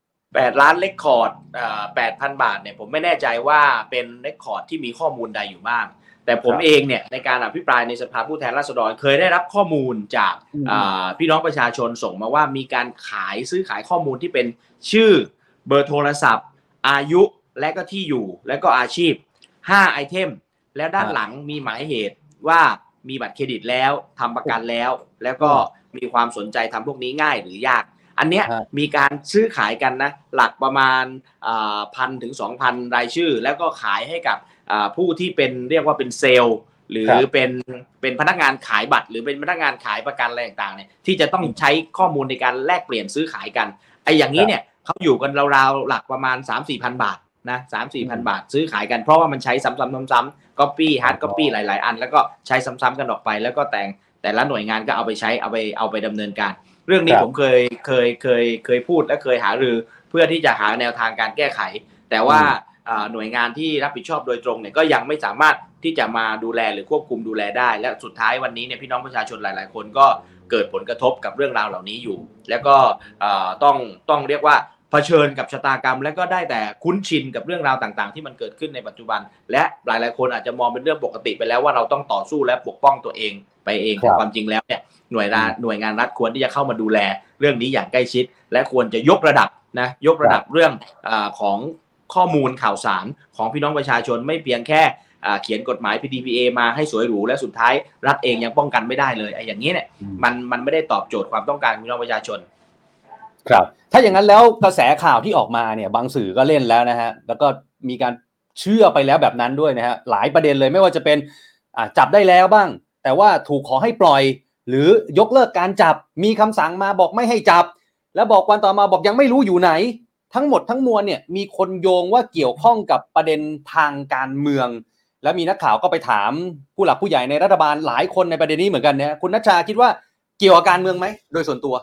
8ล้านเรคคอร์ด8,000 บาทเนี่ยผมไม่แน่ใจว่าเป็นเรคคอร์ดที่มีข้อมูลใดอยู่บ้างแต่ผมเองเนี่ยในการอภิปรายในสภาผู้แทนราษฎรเคยได้รับข้อมูลจากพี่น้องประชาชนส่งมาว่ามีการซื้อขายข้อมูลที่เป็นชื่อเบอร์โทรศัพท์อายุและก็ที่อยู่และก็อาชีพ5ไอเทมแล้วด้านหลังมีหมายเหตุว่ามีบัตรเครดิตแล้วทำประกันแล้วก็มีความสนใจทำพวกนี้ง่ายหรือยากอันเนี้ยมีการซื้อขายกันนะหลักประมาณ1,000 ถึง 2,000 รายชื่อแล้วก็ขายให้กับผู้ที่เป็นเรียกว่าเป็นเซลล์หรือเป็นพนักงานขายบัตรหรือเป็นพนักงานขายประกันอะไรต่างๆเนี่ยที่จะต้องใช้ข้อมูลในการแลกเปลี่ยนซื้อขายกันไอ้อย่างนี้เนี่ยเขาอยู่กันราวๆหลักประมาณ 3-4,000 บาทนะ 3-4,000 บาทซื้อขายกันเพราะว่ามันใช้ซ้ำๆcopy hard copy หลายๆอันแล้วก็ใช้ซ้ำๆกันออกไปแล้วก็แต่ละหน่วยงานก็เอาไปใช้เอาไปดำเนินการเรื่องนี้ผมเคยพูดและเคยหารือเพื่อที่จะหาแนวทางการแก้ไขแต่ว่าหน่วยงานที่รับผิดชอบโดยตรงเนี่ยก็ยังไม่สามารถที่จะมาดูแลหรือควบคุมดูแลได้และสุดท้ายวันนี้เนี่ยพี่น้องประชาชนหลายๆคนก็เกิดผลกระทบกับเรื่องราวเหล่านี้อยู่แล้วก็ต้องเรียกว่าเผชิญกับชะตากรรมและก็ได้แต่คุ้นชินกับเรื่องราวต่างๆที่มันเกิดขึ้นในปัจจุบันและหลายๆคนอาจจะมองเป็นเรื่องปกติไปแล้วว่าเราต้องต่อสู้และปกป้องตัวเองไปเองแต่ความจริงแล้วเนี่ยหน่วยงานรัฐควรที่จะเข้ามาดูแลเรื่องนี้อย่างใกล้ชิดและควรจะยกระดับเรื่องของข้อมูลข่าวสารของพี่น้องประชาชนไม่เพียงแค่เขียนกฎหมาย PDPA มาให้สวยหรูและสุดท้ายรัฐเองยังป้องกันไม่ได้เลยไอ้อย่างนี้เนี่ยมันไม่ได้ตอบโจทย์ความต้องการของพี่น้องประชาชนครับถ้าอย่างนั้นแล้วกระแสข่าวที่ออกมาเนี่ยบางสื่อก็เล่นแล้วนะฮะแล้วก็มีการเชื่อไปแล้วแบบนั้นด้วยนะฮะหลายประเด็นเลยไม่ว่าจะเป็นจับได้แล้วบ้างแต่ว่าถูกขอให้ปล่อยหรือยกเลิกการจับมีคำสั่งมาบอกไม่ให้จับแล้วบอกวันต่อมาบอกยังไม่รู้อยู่ไหนทั้งหมดทั้งมวลเนี่ยมีคนโยงว่าเกี่ยวข้องกับประเด็นทางการเมืองแล้วมีนักข่าวก็ไปถามผู้หลักผู้ใหญ่ในรัฐบาลหลายคนในประเด็นนี้เหมือนกันนะคุณณัชชาคิดว่าเกี่ยวกับการเมืองไหมโดยส่วนตัว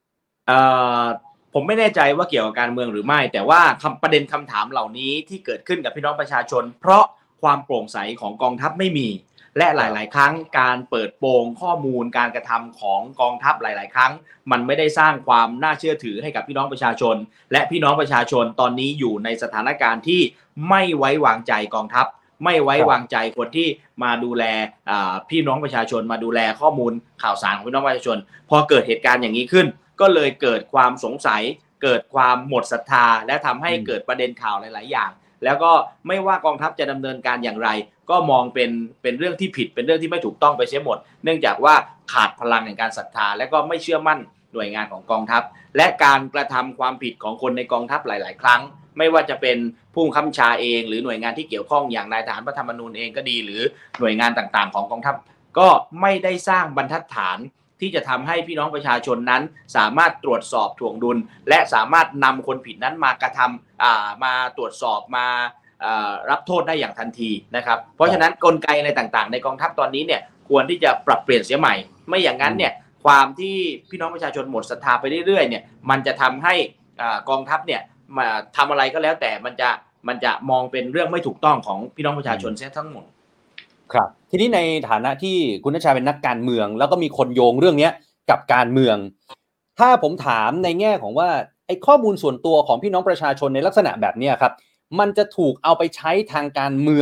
ผมไม่แน่ใจว่าเกี่ยวกับการเมืองหรือไม่แต่ว่าประเด็นคำถามเหล่านี้ที่เกิดขึ้นกับพี่น้องประชาชนเพราะความโปร่งใสของกองทัพไม่มีและหลายๆครั้งการเปิดโปงข้อมูลการกระทำของกองทัพหลายๆครั้งมันไม่ได้สร้างความน่าเชื่อถือให้กับพี่น้องประชาชนและพี่น้องประชาชนตอนนี้อยู่ในสถานการณ์ที่ไม่ไว้วางใจกองทัพไม่ไว้วางใจคนที่มาดูแลพี่น้องประชาชนมาดูแลข้อมูลข่าวสารของพี่น้องประชาชนพอเกิดเหตุการณ์อย่างนี้ขึ้นก็เลยเกิดความสงสัยเกิดความหมดศรัทธาและทำให้เกิดประเด็นข่าวหลายๆอย่างแล้วก็ไม่ว่ากองทัพจะดำเนินการอย่างไรก็มองเป็นเรื่องที่ผิดเป็นเรื่องที่ไม่ถูกต้องไปเสียหมดเนื่องจากว่าขาดพลังแห่งการศรัทธาและก็ไม่เชื่อมั่นหน่วยงานของกองทัพและการกระทำความผิดของคนในกองทัพหลายๆครั้งไม่ว่าจะเป็นผู้บังคับบัญชาเองหรือหน่วยงานที่เกี่ยวข้องอย่างนายทหารพระธรรมนูญเองก็ดีหรือหน่วยงานต่างๆของกองทัพก็ไม่ได้สร้างบรรทัดฐานที่จะทำให้พี่น้องประชาชนนั้นสามารถตรวจสอบถ่วงดุลและสามารถนำคนผิดนั้นมากระทำมาตรวจสอบมารับโทษได้อย่างทันทีนะครับเพราะฉะนั้นกลไกอะไรต่างๆในกองทัพตอนนี้เนี่ยควรที่จะปรับเปลี่ยนเสียใหม่ไม่อย่างนั้นเนี่ยความที่พี่น้องประชาชนหมดศรัทธาไปเรื่อยๆเนี่ยมันจะทำให้กองทัพเนี่ยมาทำอะไรก็แล้วแต่มันจะมองเป็นเรื่องไม่ถูกต้องของพี่น้องประชาชนเสียทั้งหมดครับทีนี้ในฐานะที่คุณณัชชาเป็นนักการเมืองแล้วก็มีคนโยงเรื่องนี้กับการเมืองถ้าผมถามในแง่ของว่าไอ้ข้อมูลส่วนตัวของพี่น้องประชาชนในลักษณะแบบนี้ครับมันจะถูกเอาไปใช้ทางการเมือง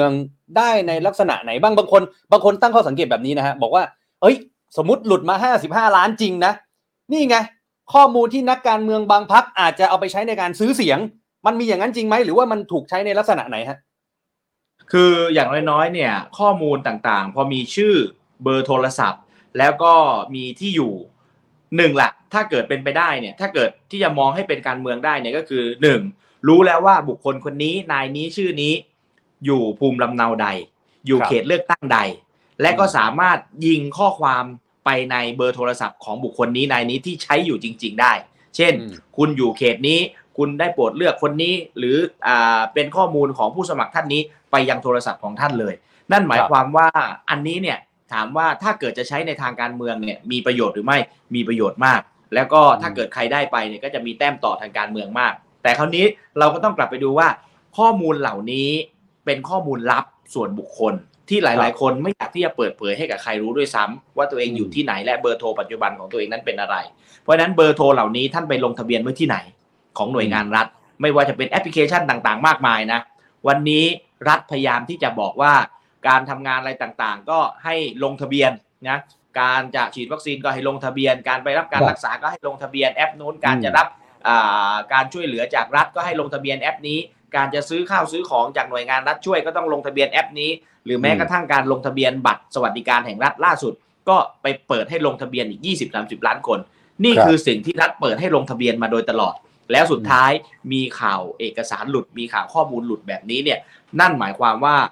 ได้ในลักษณะไหนบ้างบางคนตั้งข้อสังเกตแบบนี้นะฮะบอกว่าเอ้ยสมมุติหลุดมา55ล้านจริงนะนี่ไงข้อมูลที่นักการเมืองบางพรรคอาจจะเอาไปใช้ในการซื้อเสียงมันมีอย่างนั้นจริงไหมหรือว่ามันถูกใช้ในลักษณะไหนฮะคืออย่างน้อยๆเนี่ยข้อมูลต่างๆพอมีชื่อเบอร์โทรศัพท์แล้วก็มีที่อยู่หนึ่งละถ้าเกิดเป็นไปได้เนี่ยถ้าเกิดที่จะมองให้เป็นการเมืองได้เนี่ยก็คือหนึ่งรู้แล้วว่าบุคคลคนนี้นายนี้ชื่อนี้อยู่ภูมิลำเนาใดอยู่เขตเลือกตั้งใดและก็สามารถยิงข้อความไปในเบอร์โทรศัพท์ของบุคคลนี้นายนี้ที่ใช้อยู่จริงๆได้เช่นคุณอยู่เขตนี้คุณได้โปรดเลือกคนนี้หรือเป็นข้อมูลของผู้สมัครท่านนี้ไปยังโทรศัพท์ของท่านเลยนั่นหมายความว่าอันนี้เนี่ยถามว่าถ้าเกิดจะใช้ในทางการเมืองเนี่ยมีประโยชน์หรือไม่มีประโยชน์มากแล้วก็ถ้าเกิดใครได้ไปเนี่ยก็จะมีแต้มต่อทางการเมืองมากแต่คราวนี้เราก็ต้องกลับไปดูว่าข้อมูลเหล่านี้เป็นข้อมูลลับส่วนบุคคลที่หลายๆคนไม่อยากที่จะเปิดเผยให้กับใครรู้ด้วยซ้ำว่าตัวเองอยู่ที่ไหนและเบอร์โทรปัจจุบันของตัวเองนั้นเป็นอะไรเพราะฉะนั้นเบอร์โทรเหล่านี้ท่านไปลงทะเบียนไว้ที่ไหนของหน่วยงานรัฐไม่ว่าจะเป็นแอปพลิเคชันต่างๆมากมายนะวันนี้รัฐพยายามที่จะบอกว่าการทำงานอะไรต่างๆก็ให้ลงทะเบียนนะการจะฉีดวัคซีนก็ให้ลงทะเบียนการไปรับการรักษาก็ให้ลงทะเบียนแอปนู้นการจะรับการช่วยเหลือจากรัฐก็ให้ลงทะเบียนแอปนี้การจะซื้อข้าวซื้อของจากหน่วยงานรัฐช่วยก็ต้องลงทะเบียนแอปนี้หรือแม้กระทั่งการลงทะเบียนบัตรสวัสดิการแห่งรัฐล่าสุดก็ไปเปิดให้ลงทะเบียนอีก 20-30 ล้านคนนี่คือสิ่งที่รัฐเปิดให้ลงทะเบียนมาโดยตลอดแล้วสุดท้ายมีข่าวเอกสารหลุดมีข่าวข้อมูลหลุดแบบนี้เนี่ยนั่นหมายความว่า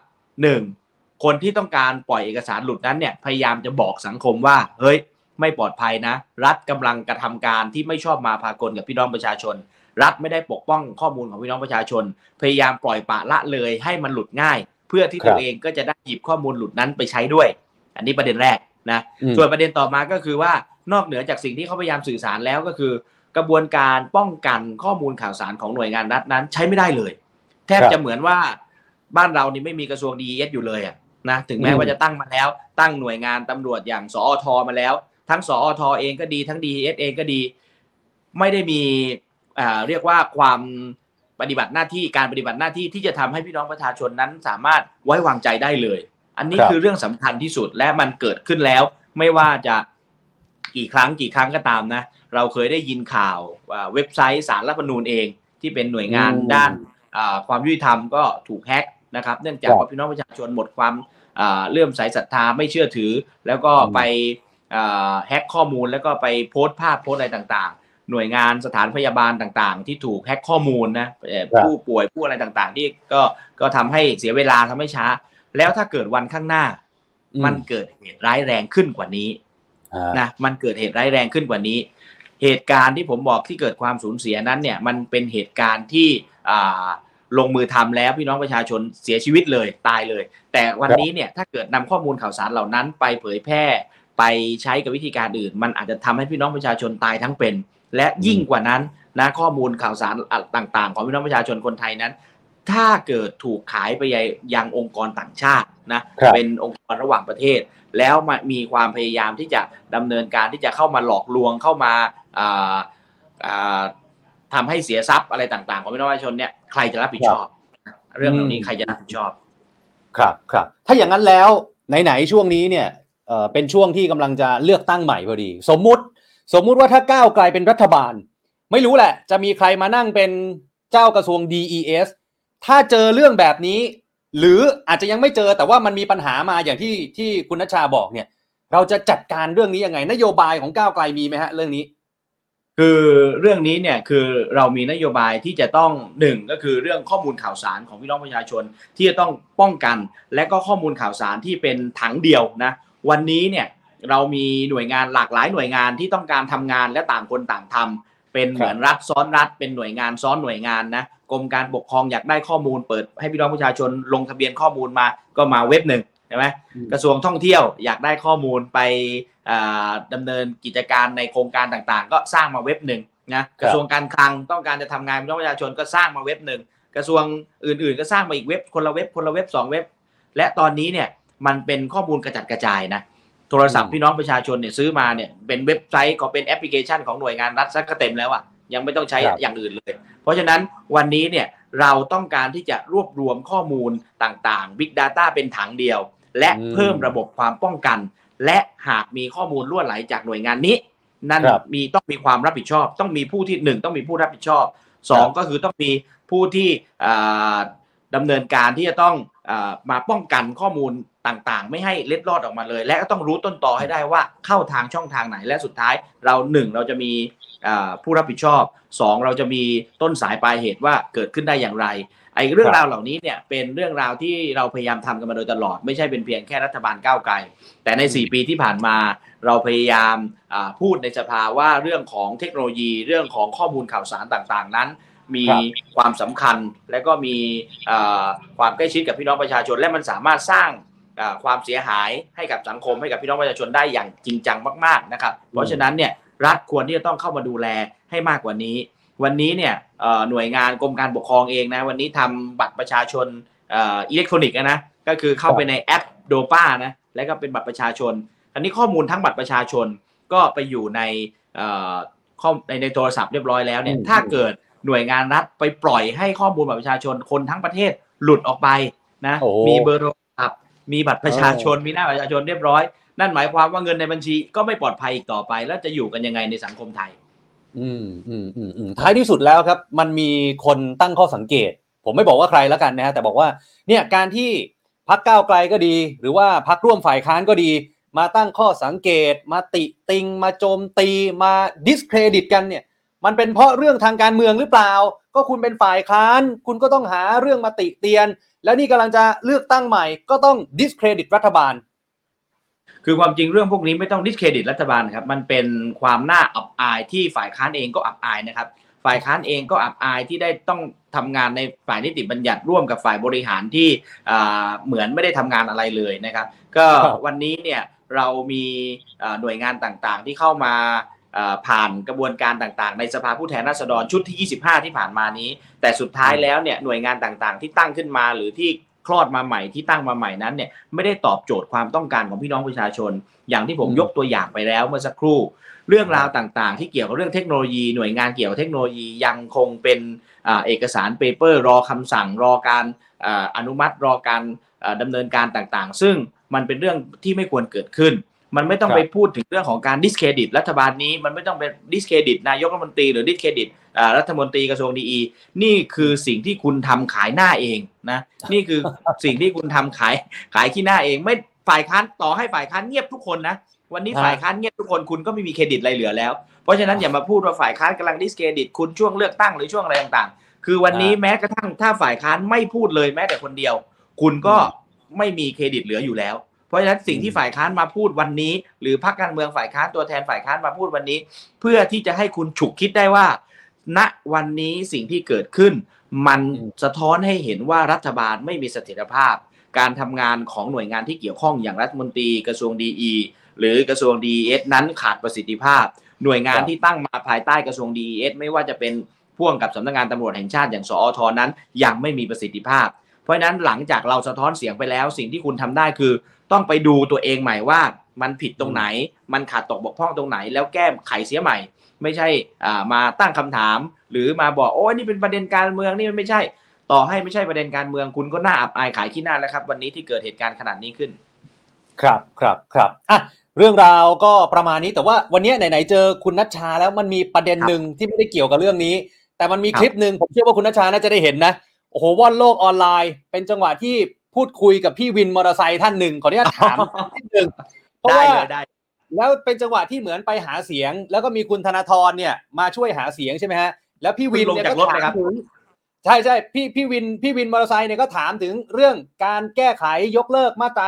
1คนที่ต้องการปล่อยเอกสารหลุดนั้นเนี่ยพยายามจะบอกสังคมว่าเฮ้ยไม่ปลอดภัยนะรัฐกำลังกระทำการที่ไม่ชอบมาพากลกับพี่น้องประชาชนรัฐไม่ได้ปกป้องข้อมูลของพี่น้องประชาชนพยายามปล่อยปละละเลยให้มันหลุดง่ายเพื่อที่ตัวเองก็จะได้หยิบข้อมูลหลุดนั้นไปใช้ด้วยอันนี้ประเด็นแรกนะส่วนประเด็นต่อมาก็คือว่านอกเหนือจากสิ่งที่เขาพยายามสื่อสารแล้วก็คือกระบวนการป้องกันข้อมูลข่าวสารของหน่วยงานรัฐนั้นใช้ไม่ได้เลยแทบจะเหมือนว่าบ้านเรานี่ไม่มีกระทรวง DES อยู่เลยนะถึงแม้ว่าจะตั้งมาแล้วตั้งหน่วยงานตำรวจอย่างสอทมาแล้วทั้งสอทเองก็ดีทั้ง DES เองก็ดีไม่ได้มีเรียกว่าความปฏิบัติหน้าที่การปฏิบัติหน้าที่ที่จะทำให้พี่น้องประชาชนนั้นสามารถไว้วางใจได้เลยอันนี้คือเรื่องสำคัญที่สุดและมันเกิดขึ้นแล้วไม่ว่าจะกี่ครั้งก็ตามนะเราเคยได้ยินข่าวเว็บไซต์ศาลรัฐธรรมนูญเองที่เป็นหน่วยงานด้านความยุติธรรมก็ถูกแฮกนะครับเนื่องจากว่าพี่น้องประชาชนหมดความเลื่อมใสศรัทธาไม่เชื่อถือแล้วก็ไปแฮกข้อมูลแล้วก็ไปโพสต์ภาพโพสต์อะไรต่างๆหน่วยงานสถานพยาบาลต่างๆที่ถูกแฮกข้อมูลนะผู้ป่วยผู้อะไรต่างๆที่ก็ทำให้เสียเวลาทำให้ช้าแล้วถ้าเกิดวันข้างหน้ามันเกิดเหตุร้ายแรงขึ้นกว่านี้นะมันเกิดเหตุร้ายแรงขึ้นกว่านี้เหตุการณ์ที่ผมบอกที่เกิดความสูญเสียนั้นเนี่ยมันเป็นเหตุการณ์ที่ลงมือทำแล้วพี่น้องประชาชนเสียชีวิตเลยตายเลยแต่วันนี้เนี่ยถ้าเกิดนำข้อมูลข่าวสารเหล่านั้นไปเผยแพร่ไปใช้กับวิธีการอื่นมันอาจจะทำให้พี่น้องประชาชนตายทั้งเป็นและยิ่งกว่านั้นนะข้อมูลข่าวสารต่างๆของพี่น้องประชาชนคนไทยนั้นถ้าเกิดถูกขายไปยังองค์กรต่างชาตินะเป็นองค์กรระหว่างประเทศแล้วมีความพยายามที่จะดำเนินการที่จะเข้ามาหลอกลวงเข้ามาทำให้เสียทรัพย์อะไรต่างๆของพี่น้องประชาชนเนี่ยใครจะรับผิดชอบเรื่องเหล่านี้ใครจะรับผิดชอบครับถ้าอย่างนั้นแล้วไหนๆช่วงนี้เนี่ยเป็นช่วงที่กำลังจะเลือกตั้งใหม่พอดีสมมุติว่าถ้าก้าวไกลเป็นรัฐบาลไม่รู้แหละจะมีใครมานั่งเป็นเจ้ากระทรวง DES ถ้าเจอเรื่องแบบนี้หรืออาจจะยังไม่เจอแต่ว่ามันมีปัญหามาอย่างที่คุณณัชชาบอกเนี่ยเราจะจัดการเรื่องนี้ยังไงนโยบายของก้าวไกลมีไหมฮะเรื่องนี้คือเรื่องนี้เนี่ยคือเรามีนโยบายที่จะต้อง1ก็คือเรื่องข้อมูลข่าวสารของพี่น้องประชาชนที่จะต้องป้องกันและก็ข้อมูลข่าวสารที่เป็นถังเดียวนะวันนี้เนี่ยเรามีหน่วยงานหลากหลายหน่วยงานที่ต้องการทำงานและต่างคนต่างทำเป็นเหมือนรัฐซ้อนรัฐเป็นหน่วยงานซ้อนหน่วยงานนะกรมการปกครองอยากได้ข้อมูลเปิดให้พี่น้องประชาชนลงทะเบียนข้อมูลมาก็มาเว็บหนึ่งใช่ไหมกระทรวงท่องเที่ยวอยากได้ข้อมูลไปดำเนินกิจการในโครงการต่างๆก็สร้างมาเว็บหนึ่งนะกระทรวงการคลังต้องการจะทำงานพี่น้องประชาชนก็สร้างมาเว็บหนึ่งกระทรวงอื่นๆก็สร้างมาอีกเว็บคนละเว็บ2 เว็บและตอนนี้เนี่ยมันเป็นข้อมูลกระจัดกระจายนะโทรศัพท์พี่น้องประชาชนเนี่ยซื้อมาเนี่ยเป็นเว็บไซต์ก็เป็นแอปพลิเคชันของหน่วยงานรัฐซะก็เต็มแล้วอ่ะยังไม่ต้องใช้อย่างอื่นเลยเพราะฉะนั้นวันนี้เนี่ยเราต้องการที่จะรวบรวมข้อมูลต่างๆ Big Data เป็นถังเดียวและเพิ่มระบบความป้องกันและหากมีข้อมูลรั่วไหลจากหน่วยงานนี้นั่นต้องมีความรับผิดชอบต้องมีผู้ที่1ต้องมีผู้รับผิดชอบ2ก็คือต้องมีผู้ที่ดำเนินการที่จะต้องมาป้องกันข้อมูลต่างๆไม่ให้เล็ดลอดออกมาเลยและก็ต้องรู้ต้นตอให้ได้ว่าเข้าทางช่องทางไหนและสุดท้ายเราจะมีผู้รับผิดชอบ2เราจะมีต้นสายปลายเหตุว่าเกิดขึ้นได้อย่างไรไอ้เรื่องราวเหล่านี้เนี่ยเป็นเรื่องราวที่เราพยายามทำกันมาโดยตลอดไม่ใช่เป็นเพียงแค่รัฐบาลก้าวไกลแต่ใน4ปีที่ผ่านมาเราพยายามพูดในสภาว่าเรื่องของเทคโนโลยีเรื่องของข้อมูลข่าวสารต่างๆนั้นมีความสำคัญและก็มีความใกล้ชิดกับพี่น้องประชาชนและมันสามารถสร้างความเสียหายให้กับสังคมให้กับพี่น้องประชาชนได้อย่างจริงจังมากๆนะครับเพราะฉะนั้นเนี่ยรัฐควรที่จะต้องเข้ามาดูแลให้มากกว่านี้วันนี้เนี่ยหน่วยงานกรมการปกครองเองนะวันนี้ทำบัตรประชาชนอิเล็กทรอนิกส์นะก็คือเข้าไปในแอปโดป้านะแล้วก็เป็นบัตรประชาชนอันนี้ข้อมูลทั้งบัตรประชาชนก็ไปอยู่ในโทรศัพท์เรียบร้อยแล้วเนี่ยถ้าเกิดหน่วยงานรัฐไปปล่อยให้ข้อมูลบัตรประชาชนคนทั้งประเทศหลุดออกไปนะมีเบอร์โทรศัพท์มีบัตรประชาชนมีหน้าประชาชนเรียบร้อยนั่นหมายความว่าเงินในบัญชีก็ไม่ปลอดภัยอีกต่อไปแล้วจะอยู่กันยังไงในสังคมไทยท้ายที่สุดแล้วครับมันมีคนตั้งข้อสังเกตผมไม่บอกว่าใครแล้วกันนะฮะแต่บอกว่าเนี่ยการที่พรรคก้าวไกลก็ดีหรือว่าพรรคร่วมฝ่ายค้านก็ดีมาตั้งข้อสังเกตมาติติงมาโจมตีมาดิสเครดิตกันเนี่ยมันเป็นเพราะเรื่องทางการเมืองหรือเปล่าก็คุณเป็นฝ่ายค้านคุณก็ต้องหาเรื่องมาติเตียนแล้วนี่กำลังจะเลือกตั้งใหม่ก็ต้องดิสเครดิตรัฐบาลคือความจริงเรื่องพวกนี้ไม่ต้องดิสเครดิตรัฐบาลครับมันเป็นความน่าอับอายที่ฝ่ายค้านเองก็อับอายนะครับฝ่ายค้านเองก็อับอายที่ได้ต้องทำงานในฝ่ายนิติบัญญัติร่วมกับฝ่ายบริหารที่เหมือนไม่ได้ทำงานอะไรเลยนะครับก็วันนี้เนี่ยเรามีหน่วยงานต่างๆที่เข้ามาผ่านกระบวนการต่างๆในสภาผู้แทนราษฎรชุดที่25ที่ผ่านมานี้แต่สุดท้ายแล้วเนี่ยหน่วยงานต่างๆที่ตั้งขึ้นมาหรือที่คลอดมาใหม่ที่ตั้งมาใหม่นั้นเนี่ยไม่ได้ตอบโจทย์ความต้องการของพี่น้องประชาชนอย่างที่ผมยกตัวอย่างไปแล้วเมื่อสักครู่เรื่องราวต่างๆที่เกี่ยวกับเรื่องเทคโนโลยีหน่วยงานเกี่ยวกับเทคโนโลยียังคงเป็นเอกสารเปเปอร์รอคำสั่งรอการอนุมัติรอการดำเนินการต่างๆซึ่งมันเป็นเรื่องที่ไม่ควรเกิดขึ้นมันไม่ต้องไปพูดถึงเรื่องของการดิสเครดิตรัฐบาลนี้มันไม่ต้องไปดิสเครดิตนายกรัฐมนตรีหรือดิสเครดิตรัฐมนตรีกระทรวงดีนี่คือสิ่งที่คุณทำขายหน้าเองนะนี่คือสิ่งที่คุณทำขายขี้หน้าเองไม่ฝ่ายค้านต่อให้ฝ่ายค้านเงียบทุกคนนะวันนี้ฝ่ายค้านเงียบทุกคนคุณก็ไม่มีเครดิตอะไรเหลือแล้วเพราะฉะนั้นอย่ามาพูดว่าฝ่ายค้านกำลังดิสเครดิตคุณช่วงเลือกตั้งหรือช่วงอะไรต่างๆคือวันนี้แม้กระทั่งถ้าฝ่ายค้านไม่พูดเลยแม้แต่คนเดียวคุณก็ไม่มีเครดิตเหลืออยู่แล้วเพราะฉะนั้นสิ่งที่ฝ่ายค้านมาพูดวันนี้หรือพรรคการเมืองฝ่ายค้านตัวแทนฝ่ายค้านมาพูดวันนี้เพื่อที่จะให้คุณฉุกคิดได้ว่าณวันนี้สิ่งที่เกิดขึ้นมันสะท้อนให้เห็นว่ารัฐบาลไม่มีเสถียรภาพการทำงานของหน่วยงานที่เกี่ยวข้องอย่างรัฐมนตรีกระทรวงดีหรือกระทรวง DES นั้นขาดประสิทธิภาพหน่วยงานที่ตั้งมาภายใต้กระทรวง DES ไม่ว่าจะเป็นพ่วงกับสำนักงานตำรวจแห่งชาติอย่างสอทนั้นยังไม่มีประสิทธิภาพเพราะฉะนั้นหลังจากเราสะท้อนเสียงไปแล้วสิ่งที่คุณทำได้คือต้องไปดูตัวเองใหม่ว่ามันผิดตรงไหนมันขาดตกบกพร่องตรงไหนแล้วแก้ไขเสียใหม่ไม่ใช่มาตั้งคำถามหรือมาบอกโอ้ยนี่เป็นประเด็นการเมืองนี่มันไม่ใช่ต่อให้ไม่ใช่ประเด็นการเมืองคุณก็น่าอับอายขายขี้หน้าแล้วครับวันนี้ที่เกิดเหตุการณ์ขนาดนี้ขึ้นครับอ่ะเรื่องราวก็ประมาณนี้แต่ว่าวันนี้ไหนๆเจอคุณณัชชาแล้วมันมีประเด็นหนึ่งที่ไม่ได้เกี่ยวกับเรื่องนี้แต่มันมีคลิปนึงผมเชื่อว่าคุณณัชชาน่าจะได้เห็นนะโอ้โหว่อนโลกออนไลน์เป็นจังหวะที่พูดคุยกับพี่วินมอเตอร์ไซค์ท่านหนึ่งขออนุญาตถามนิดนึงเพราะว่าแล้วเป็นจังหวะที่เหมือนไปหาเสียงแล้วก็มีคุณธนาธรเนี่ยมาช่วยหาเสียงใช่ไหมฮะแล้วพี่วินเนี่ยก็ถามถึงใช่พี่วินมอเตอร์ไซค์เนี่ยก็ถามถึงเรื่องการแก้ไขยกเลิกมาตรา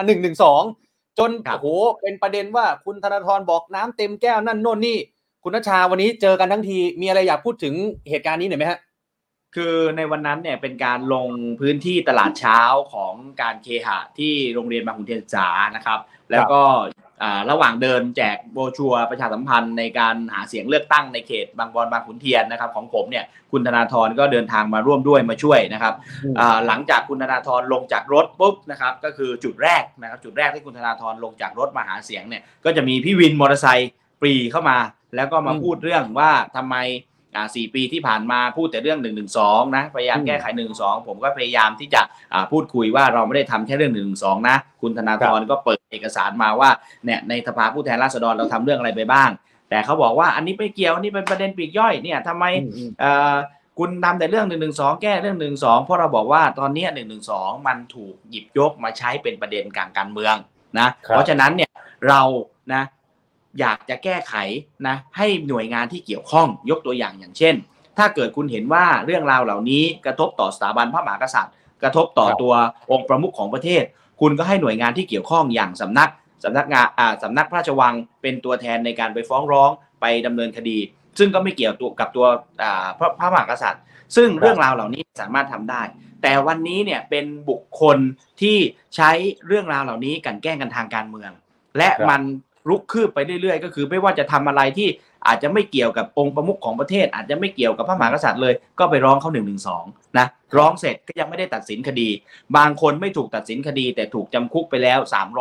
112จนโอ้โหเป็นประเด็นว่าคุณธนาธรบอกน้ำเต็มแก้วนั่นโน่นนี่คุณณัชชาวันนี้เจอกันทั้งทีมีอะไรอยากพูดถึงเหตุการณ์นี้หน่อยไหมฮะคือในวันนั้นเนี่ยเป็นการลงพื้นที่ตลาดเช้าของการเคหะที่โรงเรียนบางขุนเทียนศึกษานะครับแล้วก็ระหว่างเดินแจกโบรชัวร์ประชาสัมพันธ์ในการหาเสียงเลือกตั้งในเขตบางบอนบางขุนเทียนนะครับของผมเนี่ยคุณธนาธรก็เดินทางมาร่วมด้วยมาช่วยนะครับหลังจากคุณธนาธรลงจากรถปุ๊บนะครับก็คือจุดแรกที่คุณธนาธรลงจากรถมาหาเสียงเนี่ยก็จะมีพี่วินมอเตอร์ไซค์ปรีเข้ามาแล้วก็มาพูดเรื่องว่าทำไม 4 ปีที่ผ่านมาพูดแต่เรื่อง112นะพยายามแก้ไข112ผมก็พยายามที่จะพูดคุยว่าเราไม่ได้ทำแค่เรื่อง112นะคุณธนาธรก็เปิดเอกสารมาว่าเนี่ยในสภาผู้แทนราษฎรเราทำเรื่องอะไรไปบ้างแต่เขาบอกว่าอันนี้ไม่เกี่ยวนี่เป็นประเด็นปลีกย่อยเนี่ยทำไมคุณทำแต่เรื่อง112แก้เรื่อง112เพราะเราบอกว่าตอนนี้112มันถูกหยิบยกมาใช้เป็นประเด็นการเมืองนะเพราะฉะนั้นเนี่ยเรานะอยากจะแก้ไขนะให้หน่วยงานที่เกี่ยวข้องยกตัวอย่างเช่นถ้าเกิดคุณเห็นว่าเรื่องราวเหล่านี้กระทบต่อสถาบันพระมหากษัตริย์กระทบต่อตัวองค์ประมุขของประเทศคุณก็ให้หน่วยงานที่เกี่ยวข้องอย่างสำนักพระราชวังเป็นตัวแทนในการไปฟ้องร้องไปดำเนินคดีซึ่งก็ไม่เกี่ยวกับตัวพระมหากษัตริย์ซึ่งเรื่องราวเหล่านี้สามารถทำได้แต่วันนี้เนี่ยเป็นบุคคลที่ใช้เรื่องราวเหล่านี้กันแกล้งกันทางการเมืองและมันลุกคืบไปเรื่อยๆก็คือไม่ว่าจะทำอะไรที่อาจจะไม่เกี่ยวกับองค์ประมุขของประเทศอาจจะไม่เกี่ยวกับพระมหากษัตริย์เลยก็ไปร้องเขา112นะร้องเสร็จก็ยังไม่ได้ตัดสินคดีบางคนไม่ถูกตัดสินคดีแต่ถูกจำคุกไปแล้ว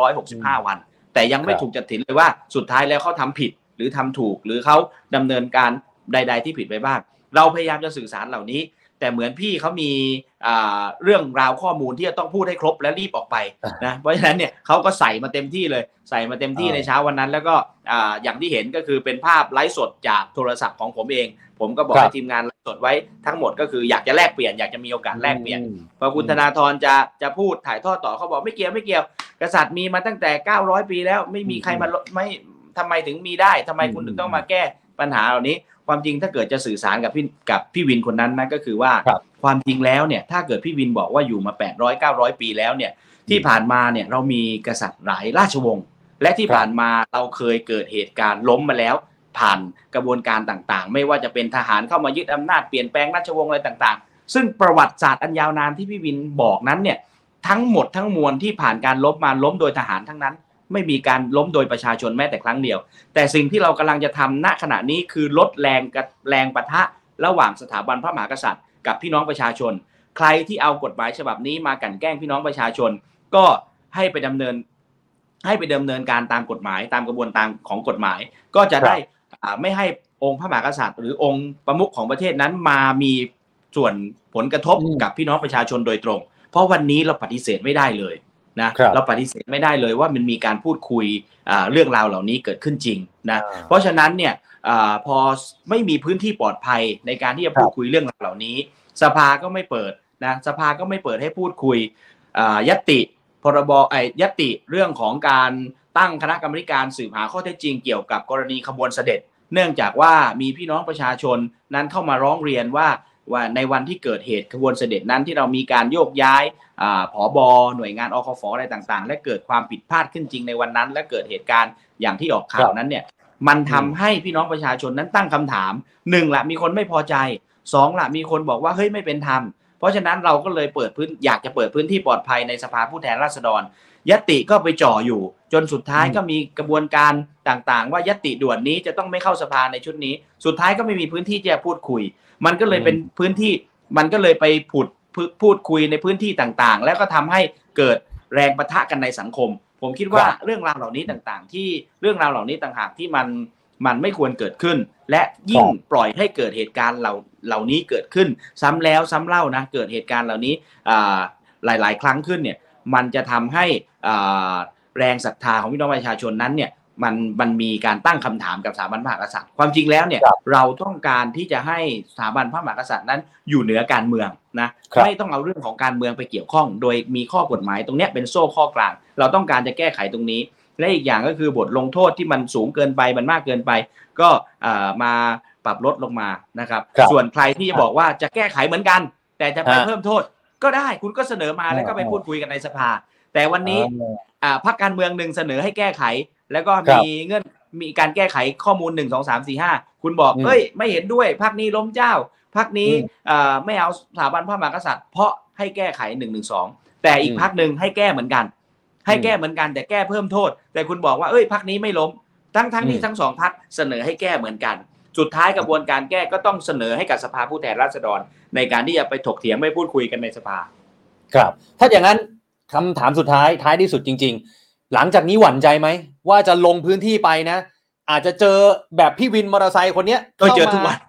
365วันแต่ยังไม่ถูกตัดสินเลยว่าสุดท้ายแล้วเขาทำผิดหรือทำถูกหรือเขาดำเนินการใดๆที่ผิดไปบ้างเราพยายามจะสื่อสารเหล่านี้แต่เหมือนพี่เขามีเรื่องราวข้อมูลที่จะต้องพูดให้ครบและรีบออกไปนะเพราะฉะนั้นเนี่ยเขาก็ใส่มาเต็มที่เลยใส่มาเต็มที่ในเช้าวันนั้นแล้วก็อย่างที่เห็นก็คือเป็นภาพไลฟ์สดจากโทรศัพท์ของผมเองผมก็บอกให้ทีมงานไลฟ์สดไว้ทั้งหมดก็คืออยากจะแลกเปลี่ยนอยากจะมีโอกาสแลกเปลี่ยนพอคุณธนาธรจะพูดถ่ายทอดต่อเขาบอกไม่เกี่ยวกษัตริย์มีมาตั้งแต่900ปีแล้วไม่มีใครมาไม่ทำไมถึงมีได้ทำไมคุณถึงต้องมาแก้ปัญหาเหล่านี้ความจริงถ้าเกิดจะสื่อสารกับพี่วินคนนั้นนะก็คือว่าความจริงแล้วเนี่ยถ้าเกิดพี่วินบอกว่าอยู่มา800-900 ปีแล้วเนี่ยที่ผ่านมาเนี่ยเรามีกษัตริย์หลายราชวงศ์และที่ผ่านมาเราเคยเกิดเหตุการณ์ล้มมาแล้วผ่านกระบวนการต่างๆไม่ว่าจะเป็นทหารเข้ามายึดอำนาจเปลี่ยนแปลงราชวงศ์อะไรต่างๆซึ่งประวัติศาสตร์อันยาวนานที่พี่วินบอกนั้นเนี่ยทั้งหมดทั้งมวลที่ผ่านการล้มโดยทหารทั้งนั้นไม่มีการล้มโดยประชาชนแม้แต่ครั้งเดียวแต่สิ่งที่เรากำลังจะทำณขณะนี้คือลดแรงปะทะระหว่างสถาบันพระมหากษัตริย์กับพี่น้องประชาชนใครที่เอากฎหมายฉบับนี้มากลั่นแกล้งพี่น้องประชาชนก็ให้ไปดำเนินการตามกฎหมายตามกระบวนการของกฎหมายก็จะได้ไม่ให้องค์พระมหากษัตริย์หรือองค์ประมุขของประเทศนั้นมามีส่วนผลกระทบกับพี่น้องประชาชนโดยตรงเพราะวันนี้เราปฏิเสธไม่ได้เลยนะเราปฏิเสธไม่ได้เลยว่ามันมีการพูดคุยเรื่องราวเหล่านี้เกิดขึ้นจริงนะเพราะฉะนั้นเนี่ยพอไม่มีพื้นที่ปลอดภัยในการที่จะพูดคุยเรื่องราวเหล่านี้สภาก็ไม่เปิดนะสภาก็ไม่เปิดให้พูดคุยญัตติพรบญัตติเรื่องของการตั้งคณะกรรมการสืบหาข้อเท็จจริงเกี่ยวกับกรณีขบวนเสด็จเนื่องจากว่ามีพี่น้องประชาชนนั้นเข้ามาร้องเรียนว่าในวันที่เกิดเหตุขบวนเสด็จนั้นที่เรามีการโยกย้ายผบ.หน่วยงานอคฟ.อะไรต่างๆและเกิดความผิดพลาดขึ้นจริงในวันนั้นและเกิดเหตุการณ์อย่างที่ออกข่าวนั้นเนี่ยมันทำให้พี่น้องประชาชนนั้นตั้งคำถาม1ละมีคนไม่พอใจ2ละมีคนบอกว่าเฮ้ยไม่เป็นธรรมเพราะฉะนั้นเราก็เลยอยากจะเปิดพื้นที่ปลอดภัยในสภาผู้แทนราษฎรญัตติก็ไปจ่ออยู่จนสุดท้ายก็มีกระบวนการต่างๆว่าญัตติด่วนนี้จะต้องไม่เข้าสภาในชุดนี้สุดท้ายก็ไม่มีพื้นที่จะพูดคุยมันก็เลยเป็นพื้นที่มันก็เลยไปพูดคุยในพื้นที่ต่างๆแล้วก็ทำให้เกิดแรงปะทะกันในสังคมผมคิดว่าเรื่องราวเหล่านี้ต่างๆที่เรื่องราวเหล่านี้ต่างหากที่มันไม่ควรเกิดขึ้นและยิ่งปล่อยให้เกิดเหตุการณ์เหล่านี้เกิดขึ้นซ้ำแล้วซ้ำเล่านะเกิดเหตุการณ์เหล่านี้หลายๆครั้งขึ้นเนี่ยมันจะทำให้แรงศรัทธาของพี่น้องประชาชนนั้นเนี่ยมันมีการตั้งคำถามกับสถาบันพระมหากษัตริย์ความจริงแล้วเนี่ยเราต้องการที่จะให้สถาบันพระมหากษัตริย์นั้นอยู่เหนือการเมืองนะไม่ต้องเอาเรื่องของการเมืองไปเกี่ยวข้องโดยมีข้อกฎหมายตรงนี้เป็นโซ่ข้อกลางเราต้องการจะแก้ไขตรงนี้และอีกอย่างก็คือบทลงโทษที่มันสูงเกินไปมันมากเกินไปก็มาปรับลดลงมานะครับส่วนใครที่จะบอกว่าจะแก้ไขเหมือนกันแต่จะไปเพิ่มโทษก็ได้คุณก็เสนอมาแล้วก็ไปพูดคุยกันในสภาแต่วันนี้พรรคการเมืองหนึ่งเสนอให้แก้ไขแล้วก็มีการแก้ไขข้อมูล1 2 3 4 5คุณบอกเอ้ยไม่เห็นด้วยพรรคนี้ล้มเจ้าพรรคนี้ไม่เอาสถาบันพระมหากษัตริย์เพราะให้แก้ไข112แต่อีกพรรคนึงให้แก้เหมือนกันแต่แก้เพิ่มโทษแต่คุณบอกว่าเอ้ยพรรคนี้ไม่ล้มทั้งที่ทั้ง2พรรคเสนอให้แก้เหมือนกันสุดท้ายกระบวนการแก้ก็ต้องเสนอให้กับสภาผู้แทนราษฎรในการที่จะไปถกเถียงไม่พูดคุยกันในสภาครับถ้าอย่างนั้นคำถามสุดท้ายที่สุดจริงๆหลังจากนี้หวั่นใจไหมว่าจะลงพื้นที่ไปนะอาจจะเจอแบบพี่วินมอเตอร์ไซค์คนนี้ก็เจอทุกวัน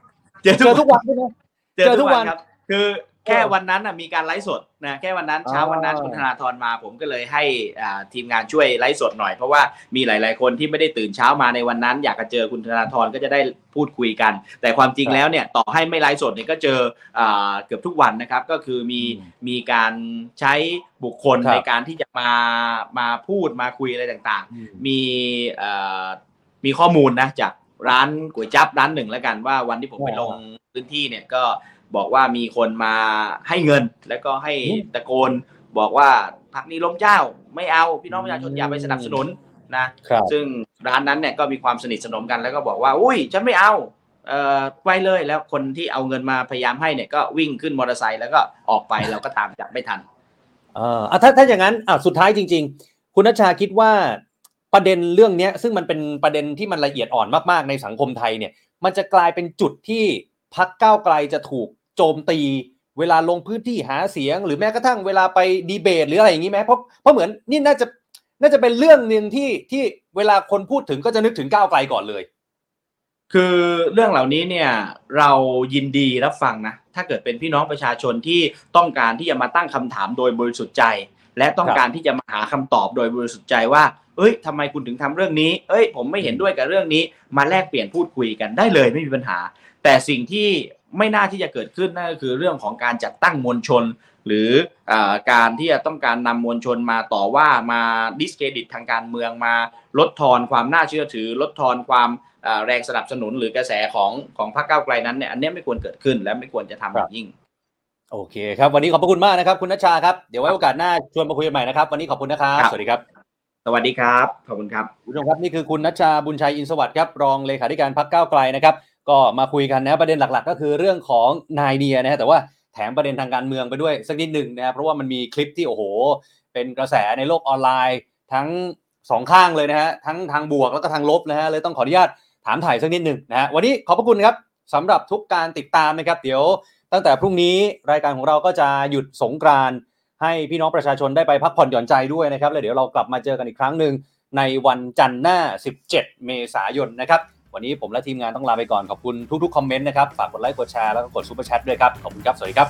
เจอทุกวันใช่ไหมเจอทุกวันครับคือแค่วันนั้นมีการไลฟ์สดนะแค่วันนั้นเช้าวันนั้นคุณธนาธรมาผมก็เลยให้ทีมงานช่วยไลฟ์สดหน่อยเพราะว่ามีหลายๆคนที่ไม่ได้ตื่นเช้ามาในวันนั้นอยากจะเจอคุณธนาธรก็จะได้พูดคุยกันแต่ความจริงแล้วเนี่ยต่อให้ไม่ไลฟ์สดเนี่ยก็เจอเกือบทุกวันนะครับก็คือมีการใช้บุคคลในการที่จะมาพูดมาคุยอะไรต่างๆมีข้อมูลนะจากร้านก๋วยจั๊บร้านหนึ่งแล้วกันว่าวันที่ผมไปลงพื้นที่เนี่ยก็บอกว่ามีคนมาให้เงินแล้วก็ให้ตะโกนบอกว่าพรรคนี้ล้มเจ้าไม่เอาพี่น้องประชาชนอย่าไปสนับสนุนนะซึ่งร้านนั้นเนี่ยก็มีความสนิทสนมกันแล้วก็บอกว่าอุ้ยฉันไม่เอาไปเลยแล้วคนที่เอาเงินมาพยายามให้เนี่ยก็วิ่งขึ้นมอเตอร์ไซค์แล้วก็ออกไปเราก็ตามจับไม่ทันถ้าอย่างนั้นสุดท้ายจริงๆคุณณัชชาคิดว่าประเด็นเรื่องนี้ซึ่งมันเป็นประเด็นที่มันละเอียดอ่อนมากๆในสังคมไทยเนี่ยมันจะกลายเป็นจุดที่พรรคก้าวไกลจะถูกโจมตีเวลาลงพื้นที่หาเสียงหรือแม้กระทั่งเวลาไปดีเบตหรืออะไรอย่างนี้ไหมเพราะเหมือนนี่น่าจะเป็นเรื่องนึงที่เวลาคนพูดถึงก็จะนึกถึงก้าวไกลก่อนเลยคือเรื่องเหล่านี้เนี่ยเรายินดีรับฟังนะถ้าเกิดเป็นพี่น้องประชาชนที่ต้องการที่จะมาตั้งคำถามโดยบริสุทธิ์ใจและต้องการที่จะมาหาคำตอบโดยบริสุทธิ์ใจว่าทำไมคุณถึงทำเรื่องนี้ผมไม่เห็นด้วยกับเรื่องนี้มาแลกเปลี่ยนพูดคุยกันได้เลยไม่มีปัญหาแต่สิ่งที่ไม่น่าที่จะเกิดขึ้นนั่นก็คือเรื่องของการจัดตั้งมวลชนหรือการที่จะต้องการนำมวลชนมาต่อว่ามาดิสเครดิตทางการเมืองมาลดทอนความน่าเชื่อถือลดทอนความแรงสนับสนุนหรือกระแสของพรรคก้าวไกลนั้นเนี่ยอันนี้ไม่ควรเกิดขึ้นและไม่ควรจะทำอย่างยิ่งโอเคครับวันนี้ขอบพระคุณมากนะครับคุณณัชชาครับเดี๋ยวไว้โอกาสหน้าชวนมาคุยกันใหม่นะครับวันนี้ขอบคุณนะครับสวัสดีครับสวัสดีครับขอบคุณครับคุณผู้ชมครับนี่คือคุณณัชชาบุญชัยอินทร์สวัสดิ์ครับรองเลขาธิการพรรคก้าวไกลนะครับก็มาคุยกันนะประเด็นหลักๆก็คือเรื่องของนายเดียนะฮะแต่ว่าแถมประเด็นทางการเมืองไปด้วยสักนิดหนึ่งนะครับเพราะว่ามันมีคลิปที่โอ้โหเป็นกระแสในโลกออนไลน์ทั้งสองข้างเลยนะฮะทั้งทางบวกแล้วก็ทางลบนะฮะเลยต้องขออนุญาตถามถ่ายสักนิดหนึ่งนะฮะวันนี้ขอบพระคุณครับสำหรับทุกการติดตามนะครับเดี๋ยวตั้งแต่พรุ่งนี้รายการของเราก็จะหยุดสงกรานต์ให้พี่น้องประชาชนได้ไปพักผ่อนหย่อนใจด้วยนะครับแล้วเดี๋ยวเรากลับมาเจอกันอีกครั้งนึงในวันจันทร์หน้า17เมษายนนะครับวันนี้ผมและทีมงานต้องลาไปก่อนขอบคุณทุกๆคอมเมนต์นะครับฝากกดไลค์กดแชร์แล้วก็กดซุปเปอร์แชทด้วยครับขอบคุณครับสวัสดีครับ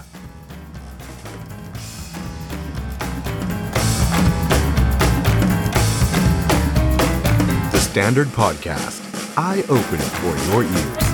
The Standard Podcast Eye Opening for Your Ears